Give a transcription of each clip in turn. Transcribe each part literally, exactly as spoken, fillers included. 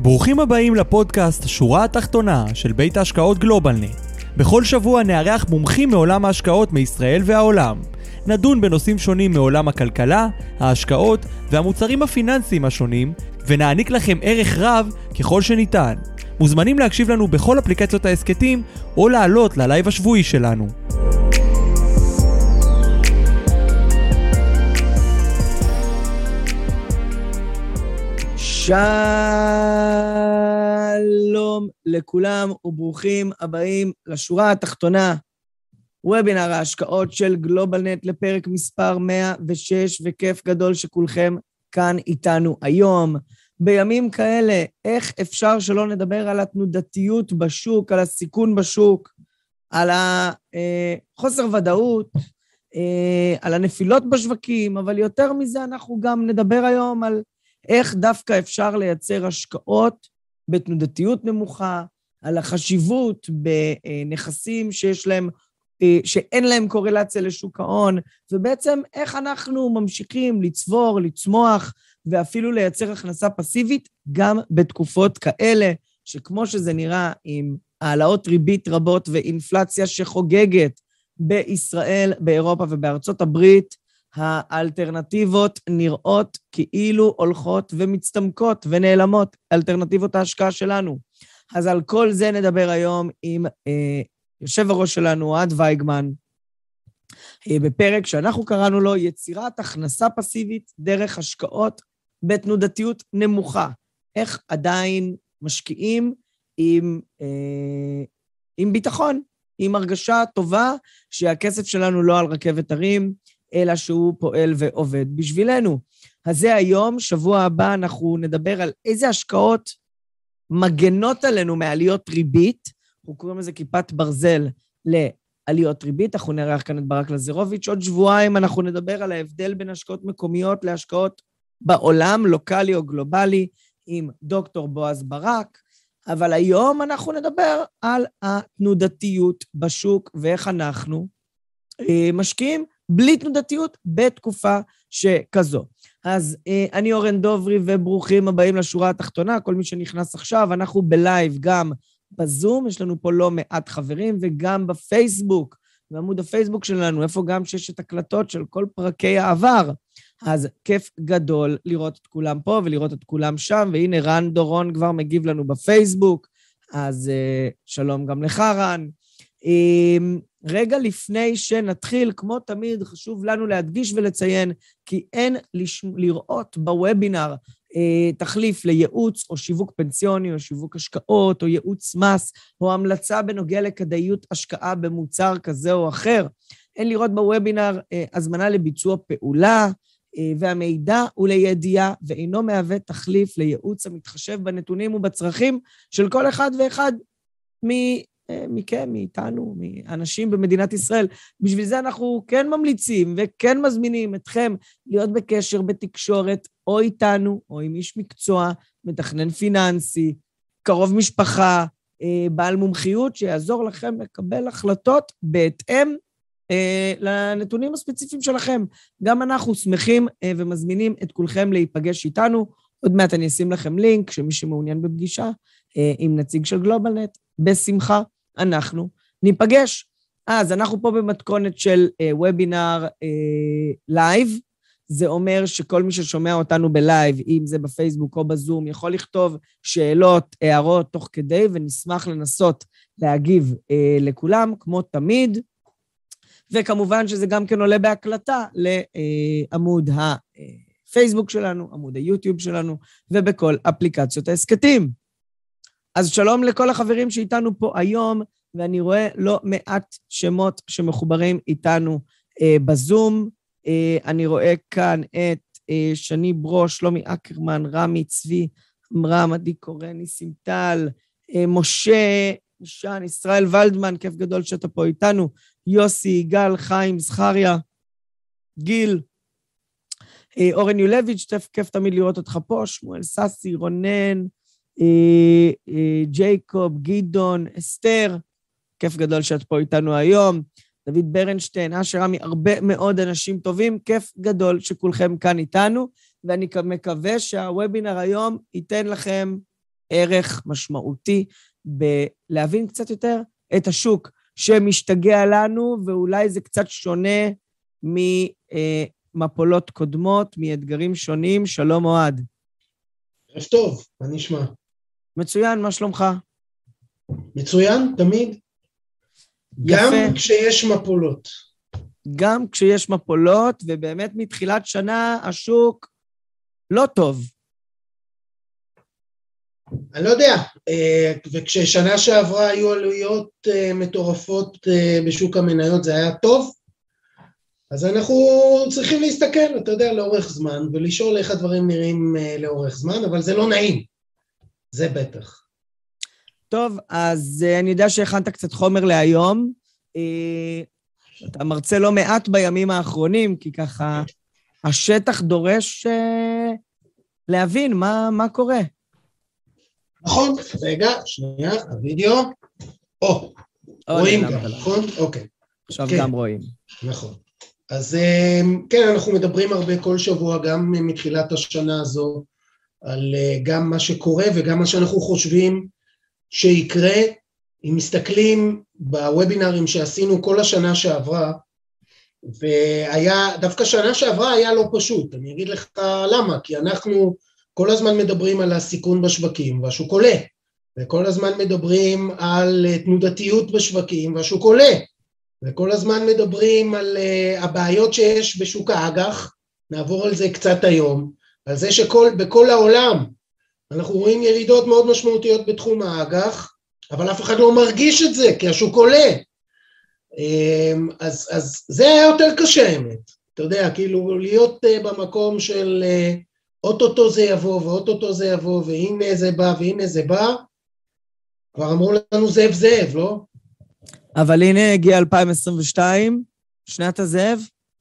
ברוכים הבאים לפודקאסט שורה התחתונה של בית ההשקעות גלובלנט. בכל שבוע נארח מומחים מעולם ההשקעות מישראל והעולם. נדון בנושאים שונים מעולם הכלכלה, ההשקעות והמוצרים הפיננסיים השונים, ונעניק לכם ערך רב ככל שניתן. מוזמנים להקשיב לנו בכל אפליקציות העסקתים או לעלות ללייב השבועי שלנו. שלום לכולם וברוכים הבאים לשורה התחתונה, וובינר ההשקעות של גלובלנט לפרק מספר מאה ושש, וכיף גדול שכולכם כאן איתנו היום. בימים כאלה, איך אפשר שלא נדבר על התנודתיות בשוק, על הסיכון בשוק, על החוסר ודאות, על הנפילות בשווקים, אבל יותר מזה אנחנו גם נדבר היום על איך דווקא אפשר לייצר השקעות בתנודתיות נמוכה, על החשיבות בנכסים שיש להם, שאין להם קורלציה לשוק ההון, ובעצם איך אנחנו ממשיכים לצבור, לצמוח, ואפילו לייצר הכנסה פסיבית, גם בתקופות כאלה, שכמו שזה נראה עם העלאות ריבית רבות ואינפלציה שחוגגת בישראל, באירופה ובארצות הברית, האלטרנטיבות נראות כאילו הולכות ומצטמקות ונעלמות, אלטרנטיבות ההשקעה שלנו. אז על כל זה נדבר היום עם אה, יושב הראש שלנו, אוהד וייגמן, אה, בפרק שאנחנו קראנו לו יצירת הכנסה פסיבית דרך השקעות בתנודתיות נמוכה. איך עדיין משקיעים עם, אה, עם ביטחון, עם הרגשה טובה שהכסף שלנו לא על רכבת הרים, אלא שהוא פועל ועובד בשבילנו. אז זה היום, שבוע הבא אנחנו נדבר על איזה השקעות מגנות עלינו מעליות ריבית, אנחנו קוראים לזה כיפת ברזל לעליות ריבית, אנחנו נערך כאן את ברק לזרוביץ', עוד שבועיים אנחנו נדבר על ההבדל בין השקעות מקומיות להשקעות בעולם, לוקלי או גלובלי, עם דוקטור בועז ברק, אבל היום אנחנו נדבר על התנודתיות בשוק, ואיך אנחנו אה, משקיעים, בלי תנודתיות בתקופה שכזו. אז אה, אני אורן דוברי וברוכים הבאים לשורה התחתונה, כל מי שנכנס עכשיו, אנחנו בלייב גם בזום, יש לנו פה לא מעט חברים, וגם בפייסבוק, בעמוד הפייסבוק שלנו, איפה גם שיש את הקלטות של כל פרקי העבר. אז כיף גדול לראות את כולם פה ולראות את כולם שם, והנה רן דורון כבר מגיב לנו בפייסבוק, אז אה, שלום גם לך רן. אה, רגע לפני שנתחיל, כמו תמיד, חשוב לנו להדגיש ולציין, כי אין לש... לראות בוובינר אה, תחליף לייעוץ או שיווק פנסיוני או שיווק השקעות או ייעוץ מס או המלצה בנוגע לכדאיות השקעה במוצר כזה או אחר. אין לראות בוובינר אה, הזמנה לביצוע פעולה, אה, והמידע הוא לידיעה ואינו מהווה תחליף לייעוץ המתחשב בנתונים ובצרכים של כל אחד ואחד מ... מכם, מאיתנו, מאנשים במדינת ישראל. בשביל זה אנחנו כן ממליצים וכן מזמינים אתכם להיות בקשר בתקשורת, או איתנו, או עם איש מקצוע, מתכנן פיננסי, קרוב משפחה, בעל מומחיות, שיעזור לכם לקבל החלטות בהתאם לנתונים הספציפיים שלכם. גם אנחנו שמחים ומזמינים את כולכם להיפגש איתנו. עוד מעט אני אשים לכם לינק, שמי שמעוניין בפגישה עם נציג של גלובלנט, בשמחה. אנחנו ניפגש. אז אנחנו פה במתכונת של וובינר לייב, זה אומר שכל מי ששומע אותנו בלייב, אם זה בפייסבוק או בזום, יכול לכתוב שאלות, הערות תוך כדי, ונשמח לנסות להגיב אה, לכולם, כמו תמיד, וכמובן שזה גם כן עולה בהקלטה לעמוד הפייסבוק שלנו, עמוד היוטיוב שלנו, ובכל אפליקציות העסקתים. אז שלום לכל החברים שאיתנו פה היום, ואני רואה לא מעט שמות שמחוברים איתנו אה, בזום. אה, אני רואה כאן את אה, שני ברוש, שלומי אקרמן, רמי צבי, אמרם, עדי קורן, ניסים טל, אה, משה, נשן, ישראל ולדמן, כיף גדול שאתה פה איתנו, יוסי, יגאל, חיים, זכריה, גיל, אה, אורן יולביץ', כיף תמיד לראות אותך פה, שמואל ססי, רונן, אה, אה, ג'ייקוב, גידון, אסתר, כיף גדול שאת פה איתנו היום, דוד ברנשטיין, אשר רמי, הרבה מאוד אנשים טובים, כיף גדול שכולכם כאן איתנו, ואני מקווה שהוובינר היום ייתן לכם ערך משמעותי בלהבין קצת יותר את השוק שמשתגע לנו, ואולי זה קצת שונה ממפולות קודמות, מאתגרים שונים. שלום אוהד. ערב טוב, מה נשמע? מצוין, מה שלומך? מצוין, תמיד. יפה. גם כשיש מפולות. גם כשיש מפולות, ובאמת מתחילת שנה השוק לא טוב. אני לא יודע, וכששנה שעברה היו עלויות מטורפות בשוק המניות, זה היה טוב, אז אנחנו צריכים להסתכל, אתה יודע, לאורך זמן, ולשאול איך הדברים נראים לאורך זמן, אבל זה לא נעים, זה בטח. טוב, אז אני יודע שהכנת קצת חומר להיום, אתה מרצה לא מעט בימים האחרונים, כי ככה השטח דורש להבין מה, מה קורה. נכון, רגע, שנייה, הווידאו, או, רואים גם, נכון? אוקיי. עכשיו גם רואים. נכון. אז כן, אנחנו מדברים הרבה כל שבוע, גם מתחילת השנה הזו, על גם מה שקורה וגם מה שאנחנו חושבים שיקרה. אם מסתכלים בוובינרים שעשינו כל השנה שעברה, והיה, דווקא שנה שעברה היה לא פשוט, אני אגיד לך למה, כי אנחנו כל הזמן מדברים על הסיכון בשווקים, והשוק עולה, וכל הזמן מדברים על תנודתיות בשווקים, והשוק עולה, וכל הזמן מדברים על uh, הבעיות שיש בשוק האג"ח, נעבור על זה קצת היום, על זה שבכל העולם אנחנו רואים ירידות מאוד משמעותיות בתחום האג"ח, אבל אף אחד לא מרגיש את זה, כי השוק עולה. אז, אז זה היה יותר קשה, האמת. אתה יודע, כאילו להיות במקום של אוטוטו זה יבוא, ואוטוטו זה יבוא, והנה זה בא, והנה זה בא, כבר אמרו לנו זאב זאב, לא? אבל הנה הגיע אלפיים עשרים ושתיים, שנת הזאב?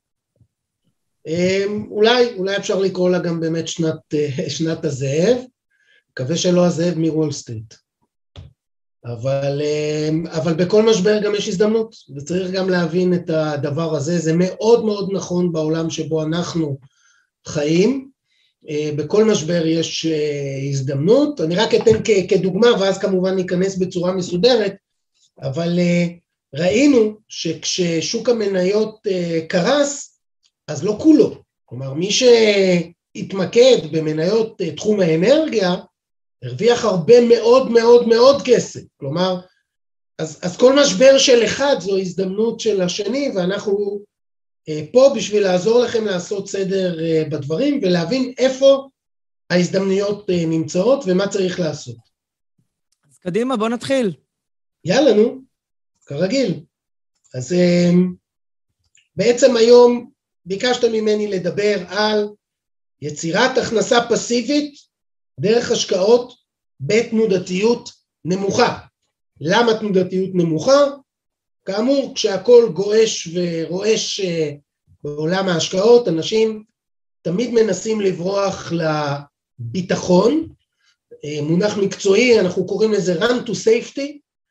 אולי, אולי אפשר לקרוא לה גם באמת שנת, שנת הזאב, מקווה שלא הזאב מוול סטריט. אבל, אבל בכל משבר גם יש הזדמנות, וצריך גם להבין את הדבר הזה, זה מאוד מאוד נכון בעולם שבו אנחנו חיים, בכל משבר יש הזדמנות, אני רק אתן כדוגמה, ואז כמובן ניכנס בצורה מסודרת, אבל ראינו שכששוק המניות קרס, אז לא כולו, כלומר מי שהתמקד במניות תחום האנרגיה, הרוויח הרבה מאוד מאוד מאוד כסף, כלומר, אז, אז כל משבר של אחד זו הזדמנות של השני, ואנחנו אה, פה בשביל לעזור לכם לעשות סדר אה, בדברים, ולהבין איפה ההזדמנויות אה, נמצאות, ומה צריך לעשות. אז קדימה, בוא נתחיל. יאללה, נו, כרגיל. אז אה, בעצם היום ביקשת ממני לדבר על יצירת הכנסה פסיבית, דרך השקעות בתנודתיות נמוכה. למה תנודתיות נמוכה? כאמור, כשהכל גועש ורועש בעולם ההשקעות, אנשים תמיד מנסים לברוח לביטחון, מונח מקצועי, אנחנו קוראים לזה run to safety,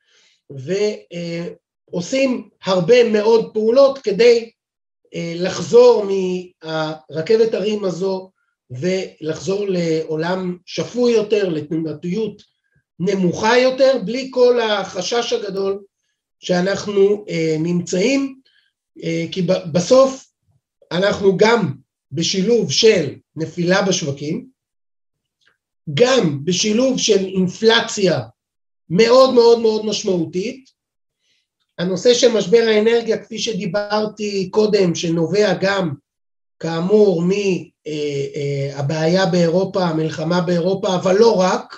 ועושים הרבה מאוד פעולות כדי לחזור מהרכבת הרים הזו, ולחזור לעולם שפוי יותר, לתנודתיות נמוכה יותר, בלי כל החשש הגדול שאנחנו אה, נמצאים, אה, כי בסוף אנחנו גם בשילוב של נפילה בשווקים, גם בשילוב של אינפלציה מאוד מאוד מאוד משמעותית, הנושא של משבר האנרגיה, כפי שדיברתי קודם, שנובע גם כאמור מהבעיה באירופה, המלחמה באירופה, אבל לא רק,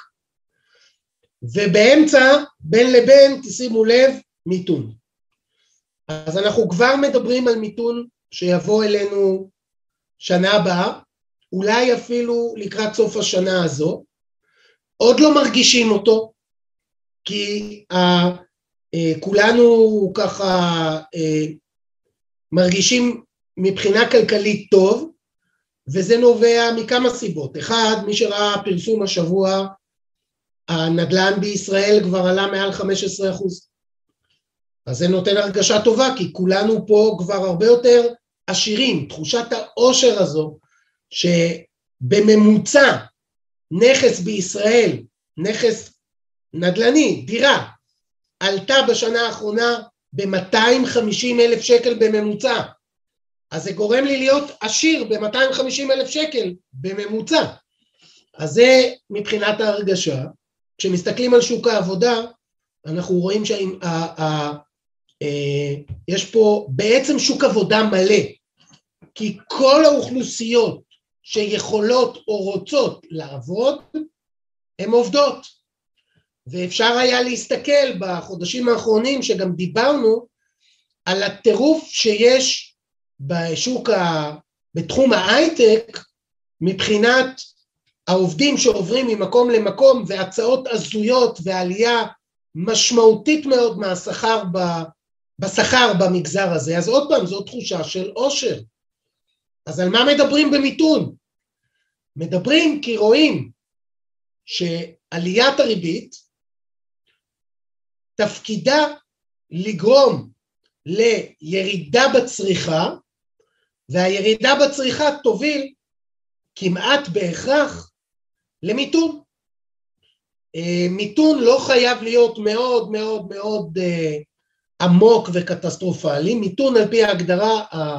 ובאמצע, בין לבין, תשימו לב, מיתון. אז אנחנו כבר מדברים על מיתון שיבוא אלינו שנה הבאה, אולי אפילו לקראת סוף השנה הזו, עוד לא מרגישים אותו, כי כולנו ככה מרגישים מבחינה כלכלית טוב, וזה נובע מכמה סיבות. אחד, מי שראה פרסום השבוע, הנדל"ן בישראל כבר עלה מעל חמישה עשר אחוז. אז זה נותן הרגשה טובה, כי כולנו פה כבר הרבה יותר עשירים. תחושת העושר הזו, שבממוצע נכס בישראל נכס נדל"ני, דירה, עלתה בשנה האחרונה ב-מאתיים וחמישים אלף שקל בממוצע, אז זה גורם לי להיות עשיר ב-מאתיים וחמישים אלף שקל בממוצע. אז זה מבחינת ההרגשה. כשמסתכלים על שוק העבודה, אנחנו רואים שיש פה בעצם שוק עבודה מלא, כי כל האוכלוסיות שיכולות או רוצות לעבוד, הן עובדות. ואפשר היה להסתכל בחודשים האחרונים, שגם דיברנו, על הטירוף שיש בשוק, ה... בתחום ההייטק, מבחינת העובדים שעוברים ממקום למקום, והצעות הזויות ועלייה משמעותית מאוד מהשכר ב... בשכר במגזר הזה. אז עוד פעם, זו תחושה של עושר. אז על מה מדברים במיתון? מדברים כי רואים שעליית הריבית תפקידה לגרום לירידה בצריכה, והירידה בצריכה תוביל כמעט בהכרח למיתון. מיתון לא חייב להיות מאוד מאוד מאוד עמוק וקטסטרופלי. מיתון על פי ההגדרה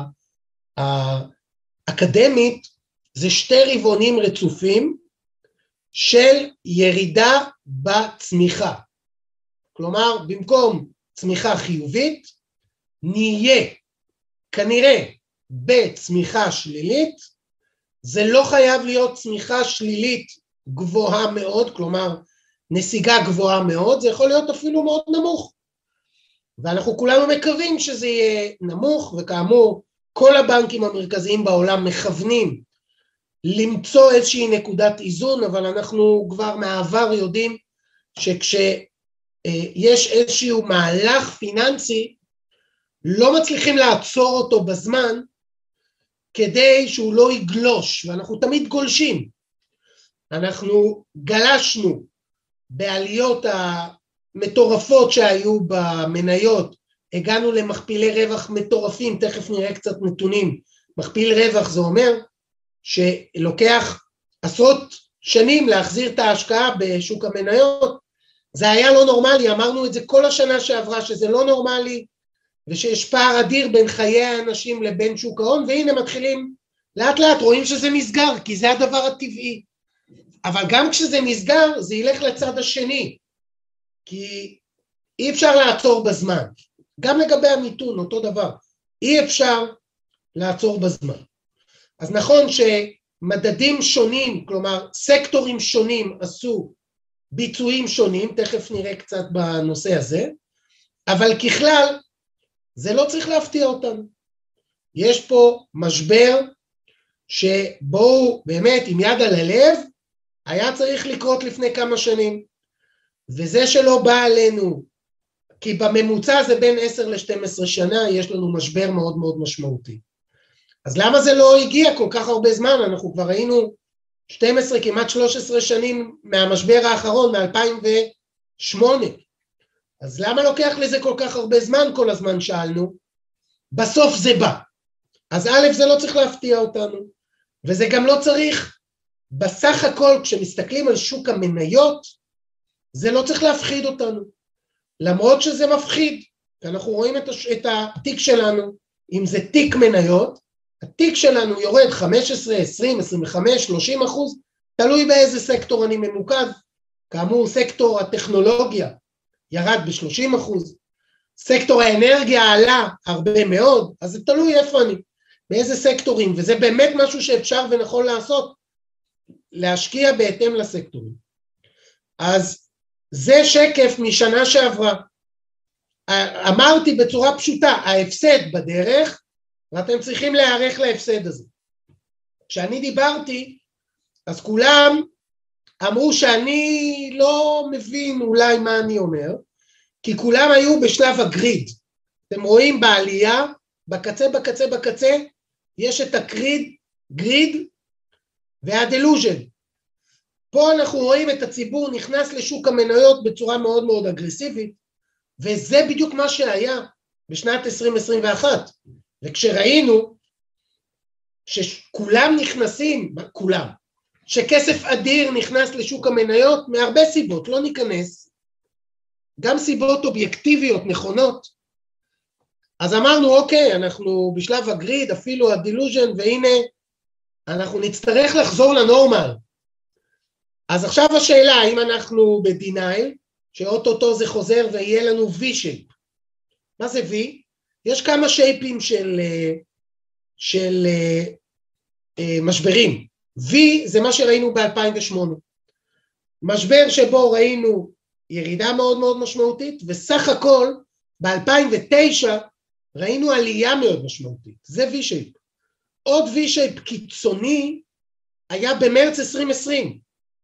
האקדמית זה שתי רבעונים רצופים של ירידה בצמיחה. כלומר, במקום צמיחה חיובית, נהיה כנראה בצמיחה שלילית. זה לא חייב להיות צמיחה שלילית גבוהה מאוד, כלומר נסיגה גבוהה מאוד, זה יכול להיות אפילו מאוד נמוך. ואנחנו כולנו מקווים שזה יהיה נמוך, וכאמור, כל הבנקים המרכזיים בעולם מכוונים למצוא איזושהי נקודת איזון, אבל אנחנו כבר מהעבר יודעים שכשיש איזשהו מהלך פיננסי, לא מצליחים לעצור אותו בזמן, כדי שהוא לא יגלוש, ואנחנו תמיד גולשים. אנחנו גלשנו בעליות המטורפות שהיו במניות, הגענו למכפילי רווח מטורפים, תכף נראה קצת נתונים. מכפיל רווח זה אומר שלוקח עשרות שנים להחזיר את ההשקעה בשוק המניות, זה היה לא נורמלי, אמרנו את זה כל השנה שעברה שזה לא נורמלי, ושיש פער אדיר בין חיי האנשים לבין שוק ההון, והנה מתחילים לאט לאט, רואים שזה נסגר, כי זה הדבר הטבעי. אבל גם כשזה נסגר, זה ילך לצד השני, כי אי אפשר לעצור בזמן. גם לגבי המיתון, אותו דבר, אי אפשר לעצור בזמן. אז נכון שמדדים שונים, כלומר סקטורים שונים עשו ביצועים שונים, תכף נראה קצת בנושא הזה, אבל ככלל, זה לא צריך להפתיע אותנו. יש פה משבר שבו באמת עם יד על הלב, היה צריך לקרות לפני כמה שנים, וזה שלא בא עלינו, כי בממוצע זה בין עשר ל-שתים עשרה שנה, יש לנו משבר מאוד מאוד משמעותי. אז למה זה לא הגיע כל כך הרבה זמן? אנחנו כבר היינו שתים עשרה, כמעט שלוש עשרה שנים מהמשבר האחרון, מ-אלפיים ושמונה. אז למה לוקח לזה כל כך הרבה זמן? כל הזמן שאלנו. בסוף זה בא. אז א', זה לא צריך להפתיע אותנו, וזה גם לא צריך, בסך הכל, כשמסתכלים על שוק המניות, זה לא צריך להפחיד אותנו. למרות שזה מפחיד, כי אנחנו רואים את, הש... את התיק שלנו, אם זה תיק מניות, התיק שלנו יורד חמש עשרה, עשרים, עשרים וחמש, שלושים אחוז, תלוי באיזה סקטור אני ממוקד. כאמור, סקטור הטכנולוגיה ירד ב-שלושים אחוז, סקטור האנרגיה עלה הרבה מאוד, אז זה תלוי איפה אני, באיזה סקטורים, וזה באמת משהו שאפשר ונכון לעשות, להשקיע בהתאם לסקטורים. אז זה שקף משנה שעברה. אמרתי בצורה פשוטה, ההפסד בדרך, ואתם צריכים להיערך להפסד הזה. כשאני דיברתי, אז כולם אמרו שאני לא מבין אולי מה אני אומר, כי כולם היו בשלב הגריד. אתם רואים בעלייה, בקצה, בקצה, בקצה, יש את הגריד, גריד והדלוז'ן. פה אנחנו רואים את הציבור נכנס לשוק המניות בצורה מאוד מאוד אגרסיבית, וזה בדיוק מה שהיה בשנת עשרים עשרים ואחת. וכשראינו שכולם נכנסים, כולם, שכסף אדיר נכנס לשוק המניות, מהרבה סיבות, לא ניכנס, גם סיבות אובייקטיביות נכונות. אז אמרנו, אוקיי, אנחנו בשלב הגריד, אפילו הדילוז'ן, והנה, אנחנו נצטרך לחזור לנורמל. אז עכשיו השאלה, האם אנחנו בדינייל, שאוטוטו זה חוזר ויהיה לנו V-shape. מה זה V? יש כמה שייפים של, של uh, uh, משברים. V זה מה שראינו ב-אלפיים ושמונה. משבר שבו ראינו ירידה מאוד מאוד משמעותית, וסך הכל ב-אלפיים ותשע ראינו עלייה מאוד משמעותית. זה V-shape. עוד V-shape קיצוני היה במרץ עשרים עשרים.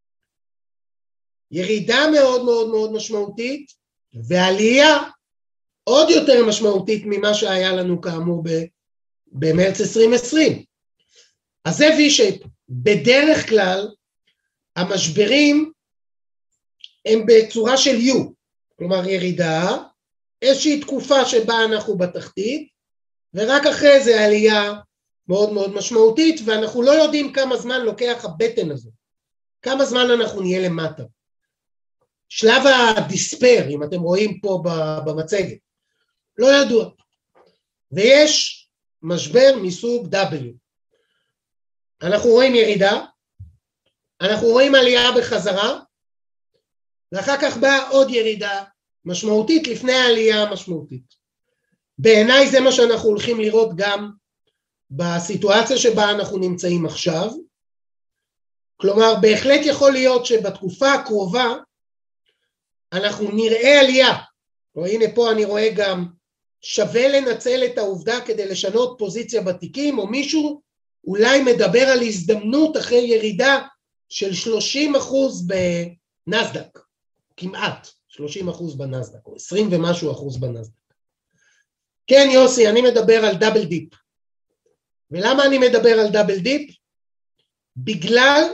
ירידה מאוד מאוד מאוד משמעותית, ועלייה עוד יותר משמעותית ממה שהיה לנו כאמור במרץ עשרים עשרים. אז זה V-shape. בדרך כלל, המשברים הם בצורה של U, כלומר ירידה, איזושהי תקופה שבה אנחנו בתחתית, ורק אחרי זה עלייה מאוד מאוד משמעותית, ואנחנו לא יודעים כמה זמן לוקח הבטן הזה, כמה זמן אנחנו נהיה למטה. שלב הדיספר, אם אתם רואים פה במצגת, לא ידוע. ויש משבר מסוג W. אנחנו רואים ירידה, אנחנו רואים עלייה בחזרה, ואחר כך באה עוד ירידה משמעותית לפני העלייה המשמעותית. בעיניי זה מה שאנחנו הולכים לראות גם בסיטואציה שבה אנחנו נמצאים עכשיו. כלומר, בהחלט יכול להיות שבתקופה הקרובה אנחנו נראה עלייה. הנה פה אני רואה גם שווה לנצל את העובדה כדי לשנות פוזיציה בתיקים, או מישהו אולי מדבר על הזדמנות אחרי ירידה של שלושים אחוז בנסדק, כמעט שלושים אחוז בנסדק, או עשרים ומשהו אחוז בנסדק. כן יוסי, אני מדבר על דאבל דיפ. ולמה אני מדבר על דאבל דיפ? בגלל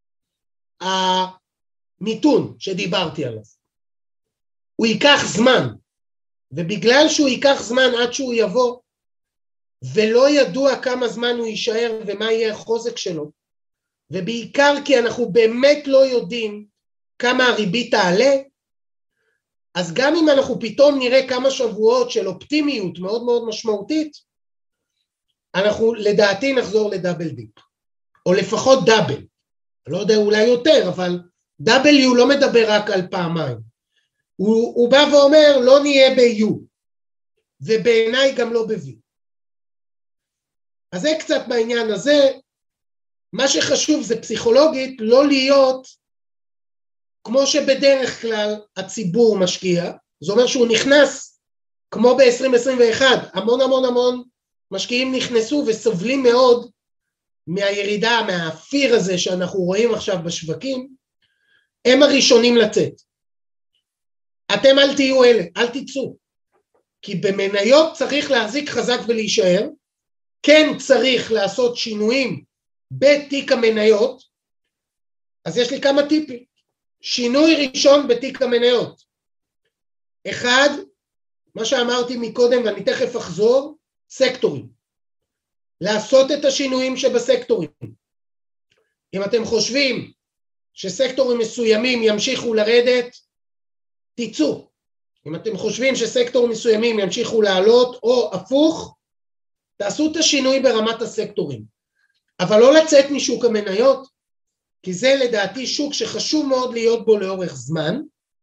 המיתון שדיברתי עליו. הוא ייקח זמן, ובגלל שהוא ייקח זמן עד שהוא יבוא, ולא ידוע כמה זמן הוא יישאר ומה יהיה החוזק שלו, ובעיקר כי אנחנו באמת לא יודעים כמה הריבית תעלה, אז גם אם אנחנו פתאום נראה כמה שבועות של אופטימיות מאוד מאוד משמעותית, אנחנו לדעתי נחזור לדאבל דיפ, או לפחות דאבל, לא יודע אולי יותר, אבל W לא מדבר רק על פעמיים, הוא, הוא בא ואומר לא נהיה ב-U, ובעיניי גם לא ב-V. אז זה קצת בעניין הזה, מה שחשוב זה פסיכולוגית לא להיות כמו שבדרך כלל הציבור משקיע, זה אומר שהוא נכנס כמו ב-עשרים עשרים ואחת, המון המון המון משקיעים נכנסו וסובלים מאוד מהירידה, מהאפיר הזה שאנחנו רואים עכשיו בשווקים, הם הראשונים לצאת. אתם אל תהיו אלה, אל תצאו, כי במניות צריך להחזיק חזק ולהישאר, כן צריך לעשות שינויים בתיק המניות, אז יש לי כמה טיפים. שינוי ראשון בתיק המניות. אחד, מה שאמרתי מקודם ואני תכף אחזור, סקטורים. לעשות את השינויים שבסקטורים. אם אתם חושבים שסקטורים מסוימים ימשיכו לרדת, תיצאו. אם אתם חושבים שסקטורים מסוימים ימשיכו לעלות או הפוך, תעשו את השינוי ברמת הסקטורים. אבל לא לצאת משוק המניות, כי זה לדעתי שוק שחשוב מאוד להיות בו לאורך זמן.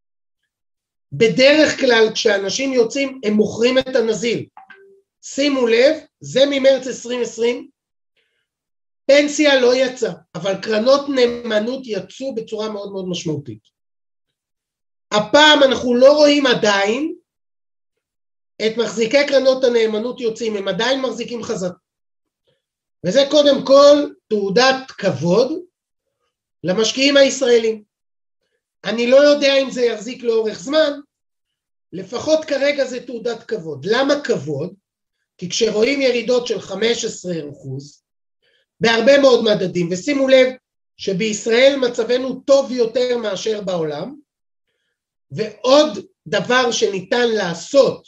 בדרך כלל כשאנשים יוצאים הם מוכרים את הנזיל. שימו לב, זה ממרץ עשרים עשרים, פנסיה לא יצא, אבל קרנות נאמנות יצאו בצורה מאוד מאוד משמעותית. הפעם אנחנו לא רואים עדיין את מחזיקי קרנות הנאמנות יוצאים, הם עדיין מחזיקים חזק. וזה קודם כל תעודת כבוד למשקיעים הישראלים. אני לא יודע אם זה יחזיק לאורך זמן, לפחות כרגע זה תעודת כבוד. למה כבוד? כי כשרואים ירידות של חמישה עשר אחוז, בהרבה מאוד מדדים, ושימו לב שבישראל מצבנו טוב יותר מאשר בעולם, ועוד דבר שניתן לעשות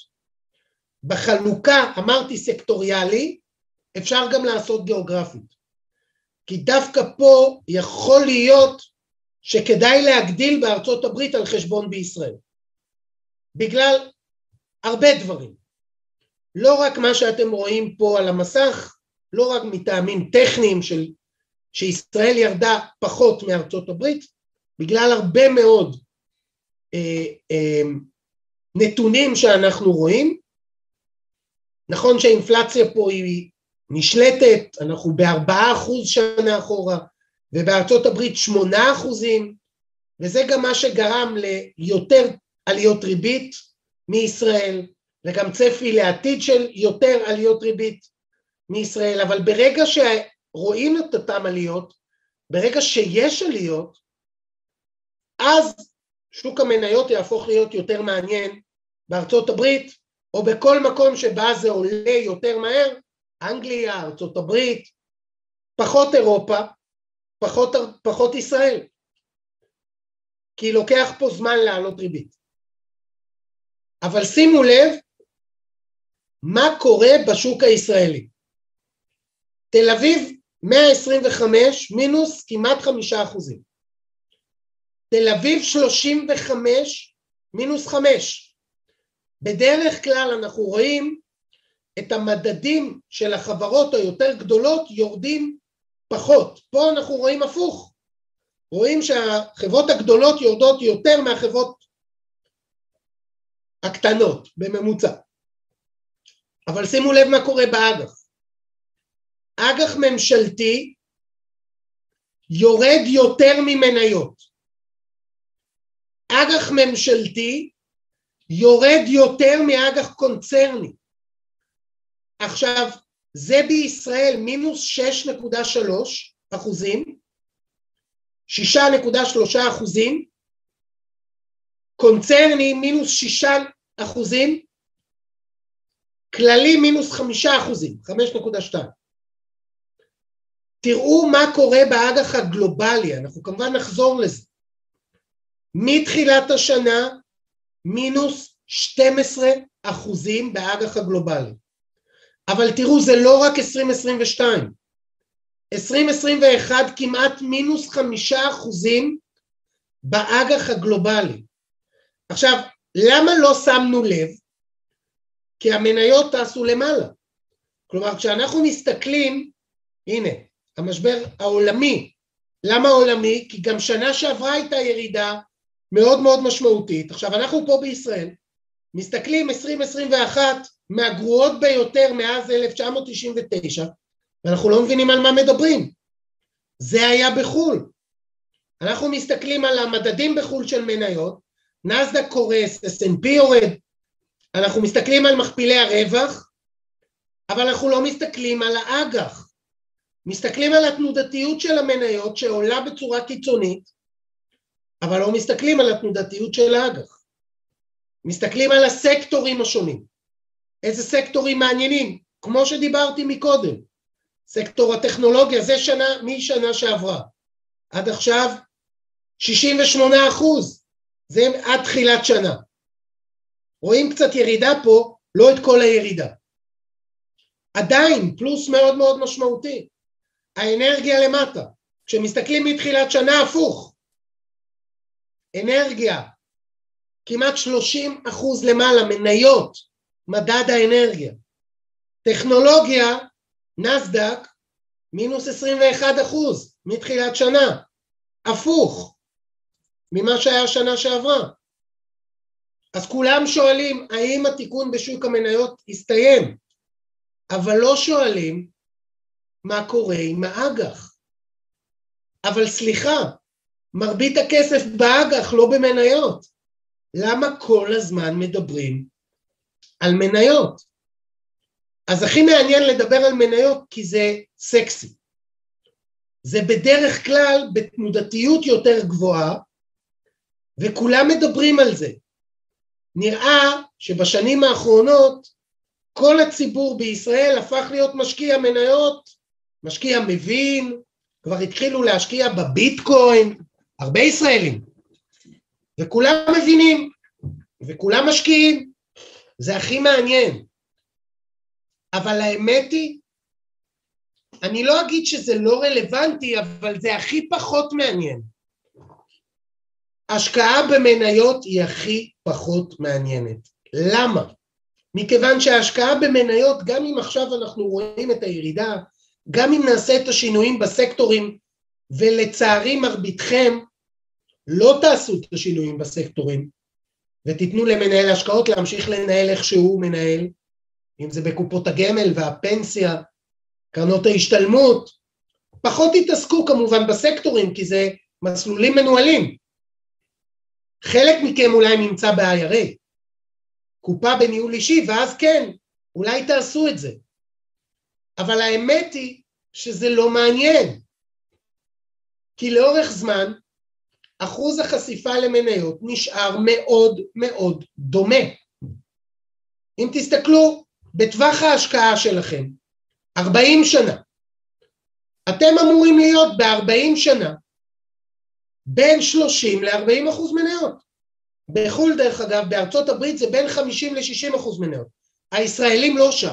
בחלוקה, אמרתי סקטוריאלי, אפשר גם לעשות גיאוגרפית. כי דווקא פה יכול להיות שכדאי להגדיל בארצות הברית על חשבון בישראל. בגלל הרבה דברים. לא רק מה שאתם רואים פה על המסך, לא רק מטעמים טכניים של, שישראל ירדה פחות מארצות הברית, בגלל הרבה מאוד אה, אה, נתונים שאנחנו רואים. נכון שהאינפלציה פה היא נשלטת, אנחנו בארבעה אחוז שנה אחורה, ובארצות הברית שמונה אחוזים, וזה גם מה שגרם ליותר עליות ריבית מישראל, וגם צפי לעתיד של יותר עליות ריבית מישראל, אבל ברגע שרואים את אותם עליות, ברגע שיש עליות, אז שוק המניות יהפוך להיות יותר מעניין בארצות הברית, או בכל מקום שבה זה עולה יותר מהר, אנגליה, ארצות הברית, פחות אירופה, פחות, פחות ישראל, כי לוקח פה זמן לעלות ריבית. אבל שימו לב, מה קורה בשוק הישראלי? תל אביב מאה עשרים וחמש מינוס כמעט חמישה אחוזים. תל אביב שלושים וחמש מינוס חמש. בדרך כלל אנחנו רואים את המדדים של החברות היותר גדולות יורדים פחות. פה אנחנו רואים הפוך. רואים שהחברות הגדולות יורדות יותר מהחברות הקטנות בממוצע. אבל שימו לב מה קורה באג"ח. אג"ח ממשלתי יורד יותר ממניות. אג"ח ממשלתי יורד יותר מאג"ח קונצרני. עכשיו, זה בישראל מינוס שש נקודה שלוש אחוזים, שש נקודה שלוש אחוזים, קונצרני מינוס שש אחוזים, כללי מינוס חמש אחוזים, חמש נקודה שתיים. תראו מה קורה באג"ח הגלובלי, אנחנו כמובן נחזור לזה. מתחילת השנה מינוס שתים עשרה אחוזים באג"ח הגלובלי. אבל תראו, זה לא רק עשרים עשרים ושתיים. עשרים עשרים ואחת כמעט מינוס חמישה אחוזים באג"ח הגלובלי. עכשיו, למה לא שמנו לב? כי המניות טסו למעלה. כלומר, כשאנחנו מסתכלים, הנה, המשבר העולמי. למה העולמי? כי גם שנה שעברה הייתה ירידה מאוד מאוד משמעותית. עכשיו, אנחנו פה בישראל, מסתכלים עשרים עשרים ואחת מהגרועות ביותר מאז אלף תשע מאות תשעים ותשע, ואנחנו לא מבינים על מה מדברים. זה היה בחול. אנחנו מסתכלים על המדדים בחול של מניות, נסדק קורס, אס אנד פי יורד, אנחנו מסתכלים על מכפילי הרווח, אבל אנחנו לא מסתכלים על האג"ח. מסתכלים על התנודתיות של המניות שעולה בצורה קיצונית, אבל לא מסתכלים על התנודתיות של האג"ח. מסתכלים על הסקטורים השונים. איזה סקטורים מעניינים? כמו שדיברתי מקודם. סקטור הטכנולוגיה, זה שנה, משנה שעברה. עד עכשיו, שישים ושמונה אחוז. זה עד תחילת שנה. רואים קצת ירידה פה, לא את כל הירידה. עדיין, פלוס מאוד מאוד משמעותי. האנרגיה למטה. כשמסתכלים מתחילת שנה, הפוך. אנרגיה, כמעט שלושים אחוז למעלה, מניות, מדד האנרגיה. טכנולוגיה, נסדק, מינוס עשרים ואחד אחוז, מתחילת שנה. הפוך, ממה שהיה שנה שעברה. אז כולם שואלים, האם התיקון בשוק המניות הסתיים? אבל לא שואלים, מה קורה עם האג"ח? אבל סליחה, מרבית הכסף באג"ח, לא במניות. למה כל הזמן מדברים על מניות? אז הכי מעניין לדבר על מניות כי זה סקסי. זה בדרך כלל בתנודתיות יותר גבוהה, וכולם מדברים על זה. נראה שבשנים האחרונות כל הציבור בישראל הפך להיות משקיע מניות, משקיע מבין, כבר התחילו להשקיע בביטקוין, הרבה ישראלים, וכולם מבינים, וכולם משקיעים, זה הכי מעניין. אבל האמת היא אני לא אגיד שזה לא רלוונטי, אבל זה הכי פחות מעניין. השקעה במניות היא הכי פחות מעניינת. למה? מכיוון שההשקעה במניות, גם אם עכשיו אנחנו רואים את הירידה, גם אם נעשה את השינויים בסקטורים, ולצערי מרביתכם לא תעשו את השינויים בסקטורים, ותיתנו למנהל השקעות להמשיך לנהל איך שהוא מנהל, אם זה בקופות הגמל והפנסיה, קרנות ההשתלמות, פחות יתעסקו כמובן בסקטורים, כי זה מסלולים מנוהלים. חלק מכם אולי נמצא ב-איי אר איי, קופה בניהול אישי, ואז כן, אולי תעשו את זה. אבל האמת היא שזה לא מעניין. כי לאורך זמן, אחוז החשיפה למניות נשאר מאוד מאוד דומה. אם תסתכלו בטווח ההשקעה שלכם, ארבעים שנה, אתם אמורים להיות ב-ארבעים שנה, בין שלושים ל-ארבעים אחוז מניות. בחול דרך אגב, בארצות הברית זה בין חמישים ל-שישים אחוז מניות. הישראלים לא שם.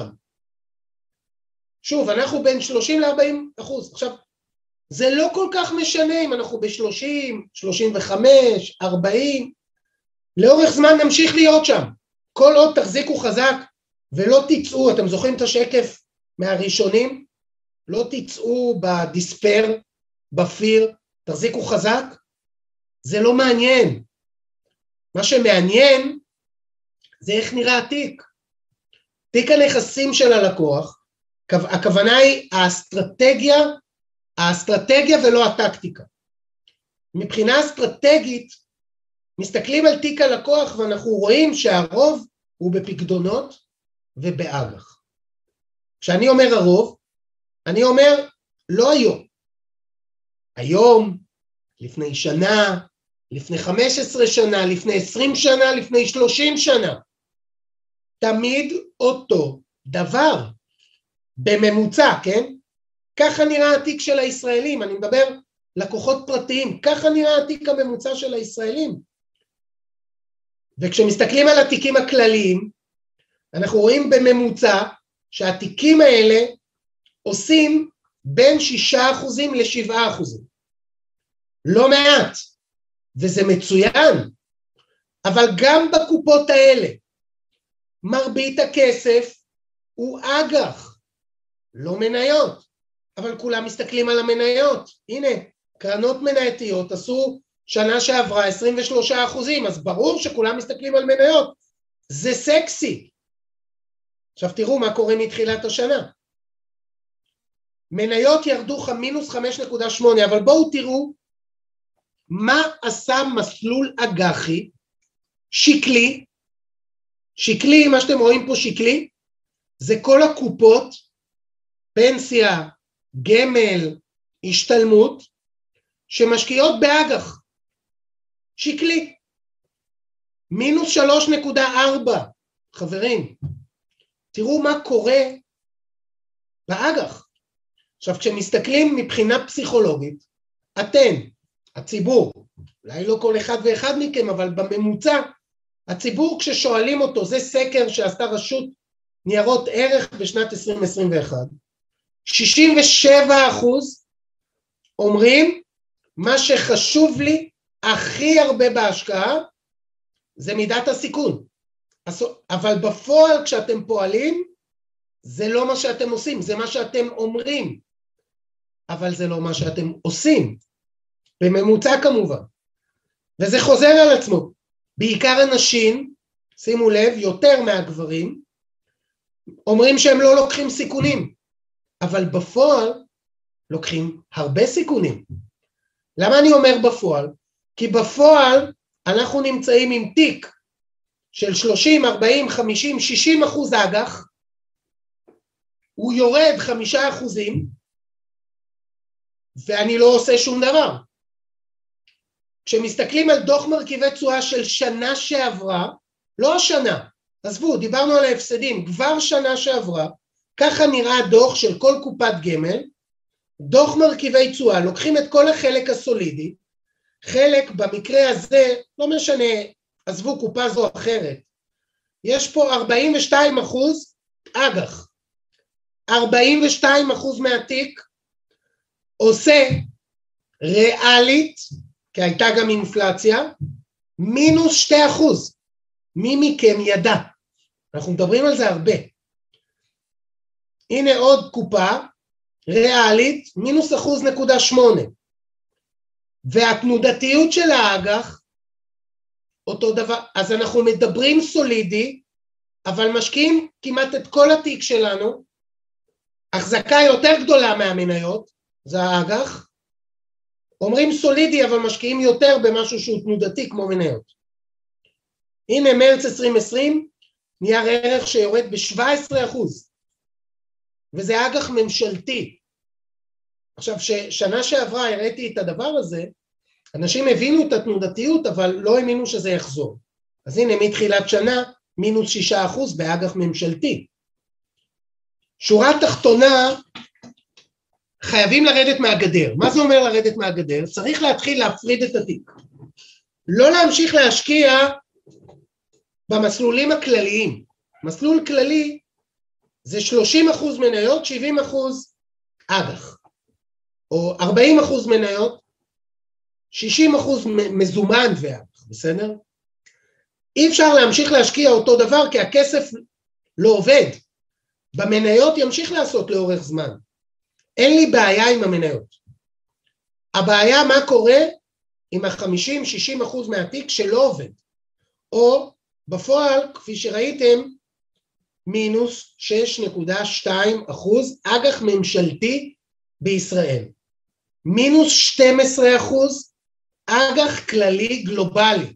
שוב, אנחנו בין שלושים ל-ארבעים אחוז. עכשיו, זה לא כל כך משנה אם אנחנו ב-שלושים, שלושים וחמש, ארבעים, לאורך זמן נמשיך להיות שם. כל עוד תחזיקו חזק ולא תצאו, אתם זוכרים את השקף מהראשונים? לא תצאו בדיספר, בפיר, תחזיקו חזק, זה לא מעניין. מה שמעניין זה איך נראה התיק. תיק הנכסים של הלקוח, הכוונה היא האסטרטגיה, האסטרטגיה ולא הטקטיקה. מבחינה אסטרטגית, מסתכלים על תיק הלקוח ואנחנו רואים שהרוב הוא בפקדונות ובאג"ח. כשאני אומר הרוב, אני אומר לא היום. היום, לפני שנה, לפני חמש עשרה שנה, לפני עשרים שנה, לפני שלושים שנה. תמיד אותו דבר, בממוצע, כן? ככה נראה התיק של הישראלים, אני מדבר לקוחות פרטיים, ככה נראה התיק הממוצע של הישראלים. וכשמסתכלים על התיקים הכלליים, אנחנו רואים בממוצע שהתיקים האלה עושים בין שישה אחוזים לשבעה אחוזים. לא מעט, וזה מצוין, אבל גם בקופות האלה, מרבית הכסף הוא אג"ח, לא מניות, אבל כולם מסתכלים על המניות. הנה, קרנות מנייתיות עשו שנה שעברה עשרים ושלושה אחוזים, אז ברור שכולם מסתכלים על מניות, זה סקסי. עכשיו תראו מה קורה מתחילת השנה. מניות ירדו מינוס חמש נקודה שמונה, אבל בואו תראו מה עשה מסלול אג"חי, שקלי, שקלי, מה שאתם רואים פה שקלי, זה כל הקופות, פנסיה, גמל, השתלמות, שמשקיעות באג"ח, שקלי, מינוס שלוש נקודה ארבע, חברים, תראו מה קורה באג"ח. עכשיו כשמסתכלים מבחינה פסיכולוגית, אתם, הציבור, אולי לא כל אחד ואחד מכם, אבל בממוצע, הציבור כששואלים אותו, זה סקר שעשתה רשות ניירות ערך בשנת עשרים עשרים ואחת, שישים ושבעה אחוז אומרים, מה שחשוב לי הכי הרבה בהשקעה, זה מידת הסיכון. אבל בפועל כשאתם פועלים, זה לא מה שאתם עושים, זה מה שאתם אומרים, אבל זה לא מה שאתם עושים, בממוצע כמובן. וזה חוזר על עצמו, בעיקר הנשים, שימו לב, יותר מהגברים, אומרים שהם לא לוקחים סיכונים, אבל בפועל לוקחים הרבה סיכונים. למה אני אומר בפועל? כי בפועל אנחנו נמצאים עם תיק של שלושים, ארבעים, חמישים, שישים אחוז אג"ח, הוא יורד חמישה אחוזים, ואני לא עושה שום דבר. כשמסתכלים על דוח מרכיבי תשואה של שנה שעברה, לא השנה, עזבו, דיברנו על ההפסדים, כבר שנה שעברה, ככה נראה דוח של כל קופת גמל, דוח מרכיבי תשואה, לוקחים את כל החלק הסולידי, חלק במקרה הזה, לא משנה, עזבו קופה זו אחרת, יש פה ארבעים ושתיים אחוז אג"ח, ארבעים ושתיים אחוז מהתיק עושה ריאלית, כי הייתה גם אינפלציה, מינוס שתי אחוז. מי מכם ידע? אנחנו מדברים על זה הרבה. הנה עוד קופה, ריאלית, מינוס אחוז נקודה שמונה. והתנודתיות של האג"ח, אותו דבר, אז אנחנו מדברים סולידי, אבל משקיעים כמעט את כל התיק שלנו, החזקה יותר גדולה מהמניות, זה האג"ח, אומרים סולידי אבל משקיעים יותר במשהו שהוא תנודתי כמו מניות. הנה מרץ עשרים עשרים, נייר ערך שיורד ב-שבע עשרה אחוז, וזה אג"ח ממשלתי. עכשיו ששנה שעברה הראיתי את הדבר הזה, אנשים הבינו את התנודתיות אבל לא האמינו שזה יחזור. אז הנה מתחילת שנה, מינוס שישה אחוז באג"ח ממשלתי. שורה תחתונה, חייבים לרדת מהגדר. מה זה אומר לרדת מהגדר? צריך להתחיל להפריד את התיק. לא להמשיך להשקיע במסלולים הכלליים. מסלול כללי זה שלושים אחוז מניות, שבעים אחוז אג"ח. או ארבעים אחוז מניות, שישים אחוז מזומן ואג"ח, בסדר? אי אפשר להמשיך להשקיע אותו דבר כי הכסף לא עובד. במניות ימשיך לעשות לאורך זמן. אין לי בעיה עם המניות. הבעיה מה קורה עם ה-חמישים שישים אחוז מהתיק שלא עובד. או בפועל, כפי שראיתם, מינוס שש נקודה שתיים אחוז אג"ח ממשלתי בישראל. מינוס שתים עשרה אחוז אג"ח כללי גלובלי.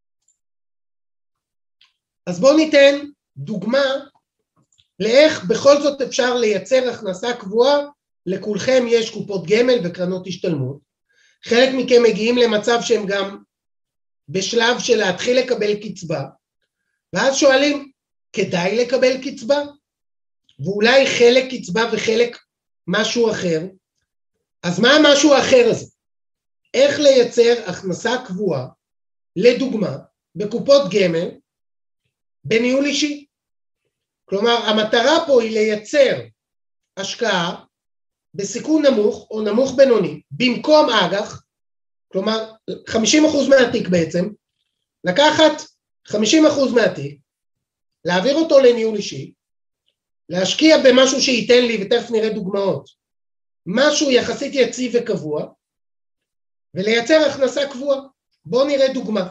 אז בואו ניתן דוגמה לאיך בכל זאת אפשר לייצר הכנסה קבועה. לכולכם יש קופות גמל וקרנות השתלמות. חלק מכם מגיעים למצב שהם גם בשלב של להתחיל לקבל קצבה, ואז שואלים, כדאי לקבל קצבה? ואולי חלק קצבה וחלק משהו אחר. אז מה המשהו האחר הזה? איך לייצר הכנסה קבועה, לדוגמה, בקופות גמל, בניהול אישי. כלומר, המטרה פה היא לייצר השקעה בסיכון נמוך או נמוך בינוני, במקום אג"ח, כלומר, חמישים אחוז מהתיק בעצם, לקחת חמישים אחוז מהתיק, להעביר אותו לניהול אישי, להשקיע במשהו שייתן לי, ותכף נראה דוגמאות, משהו יחסית יציב וקבוע, ולייצר הכנסה קבועה. בואו נראה דוגמה.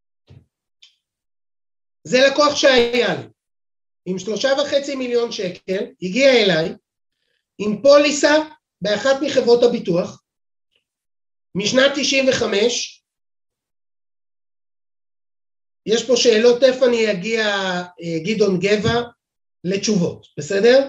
זה לקוח שהיה לי, עם שלושה וחצי מיליון שקל, הגיע אליי, עם פוליסה באחת מחברות הביטוח, משנת תשעים וחמש, יש פה שאלות, איפה אני אגיע גדעון גבע לתשובות, בסדר?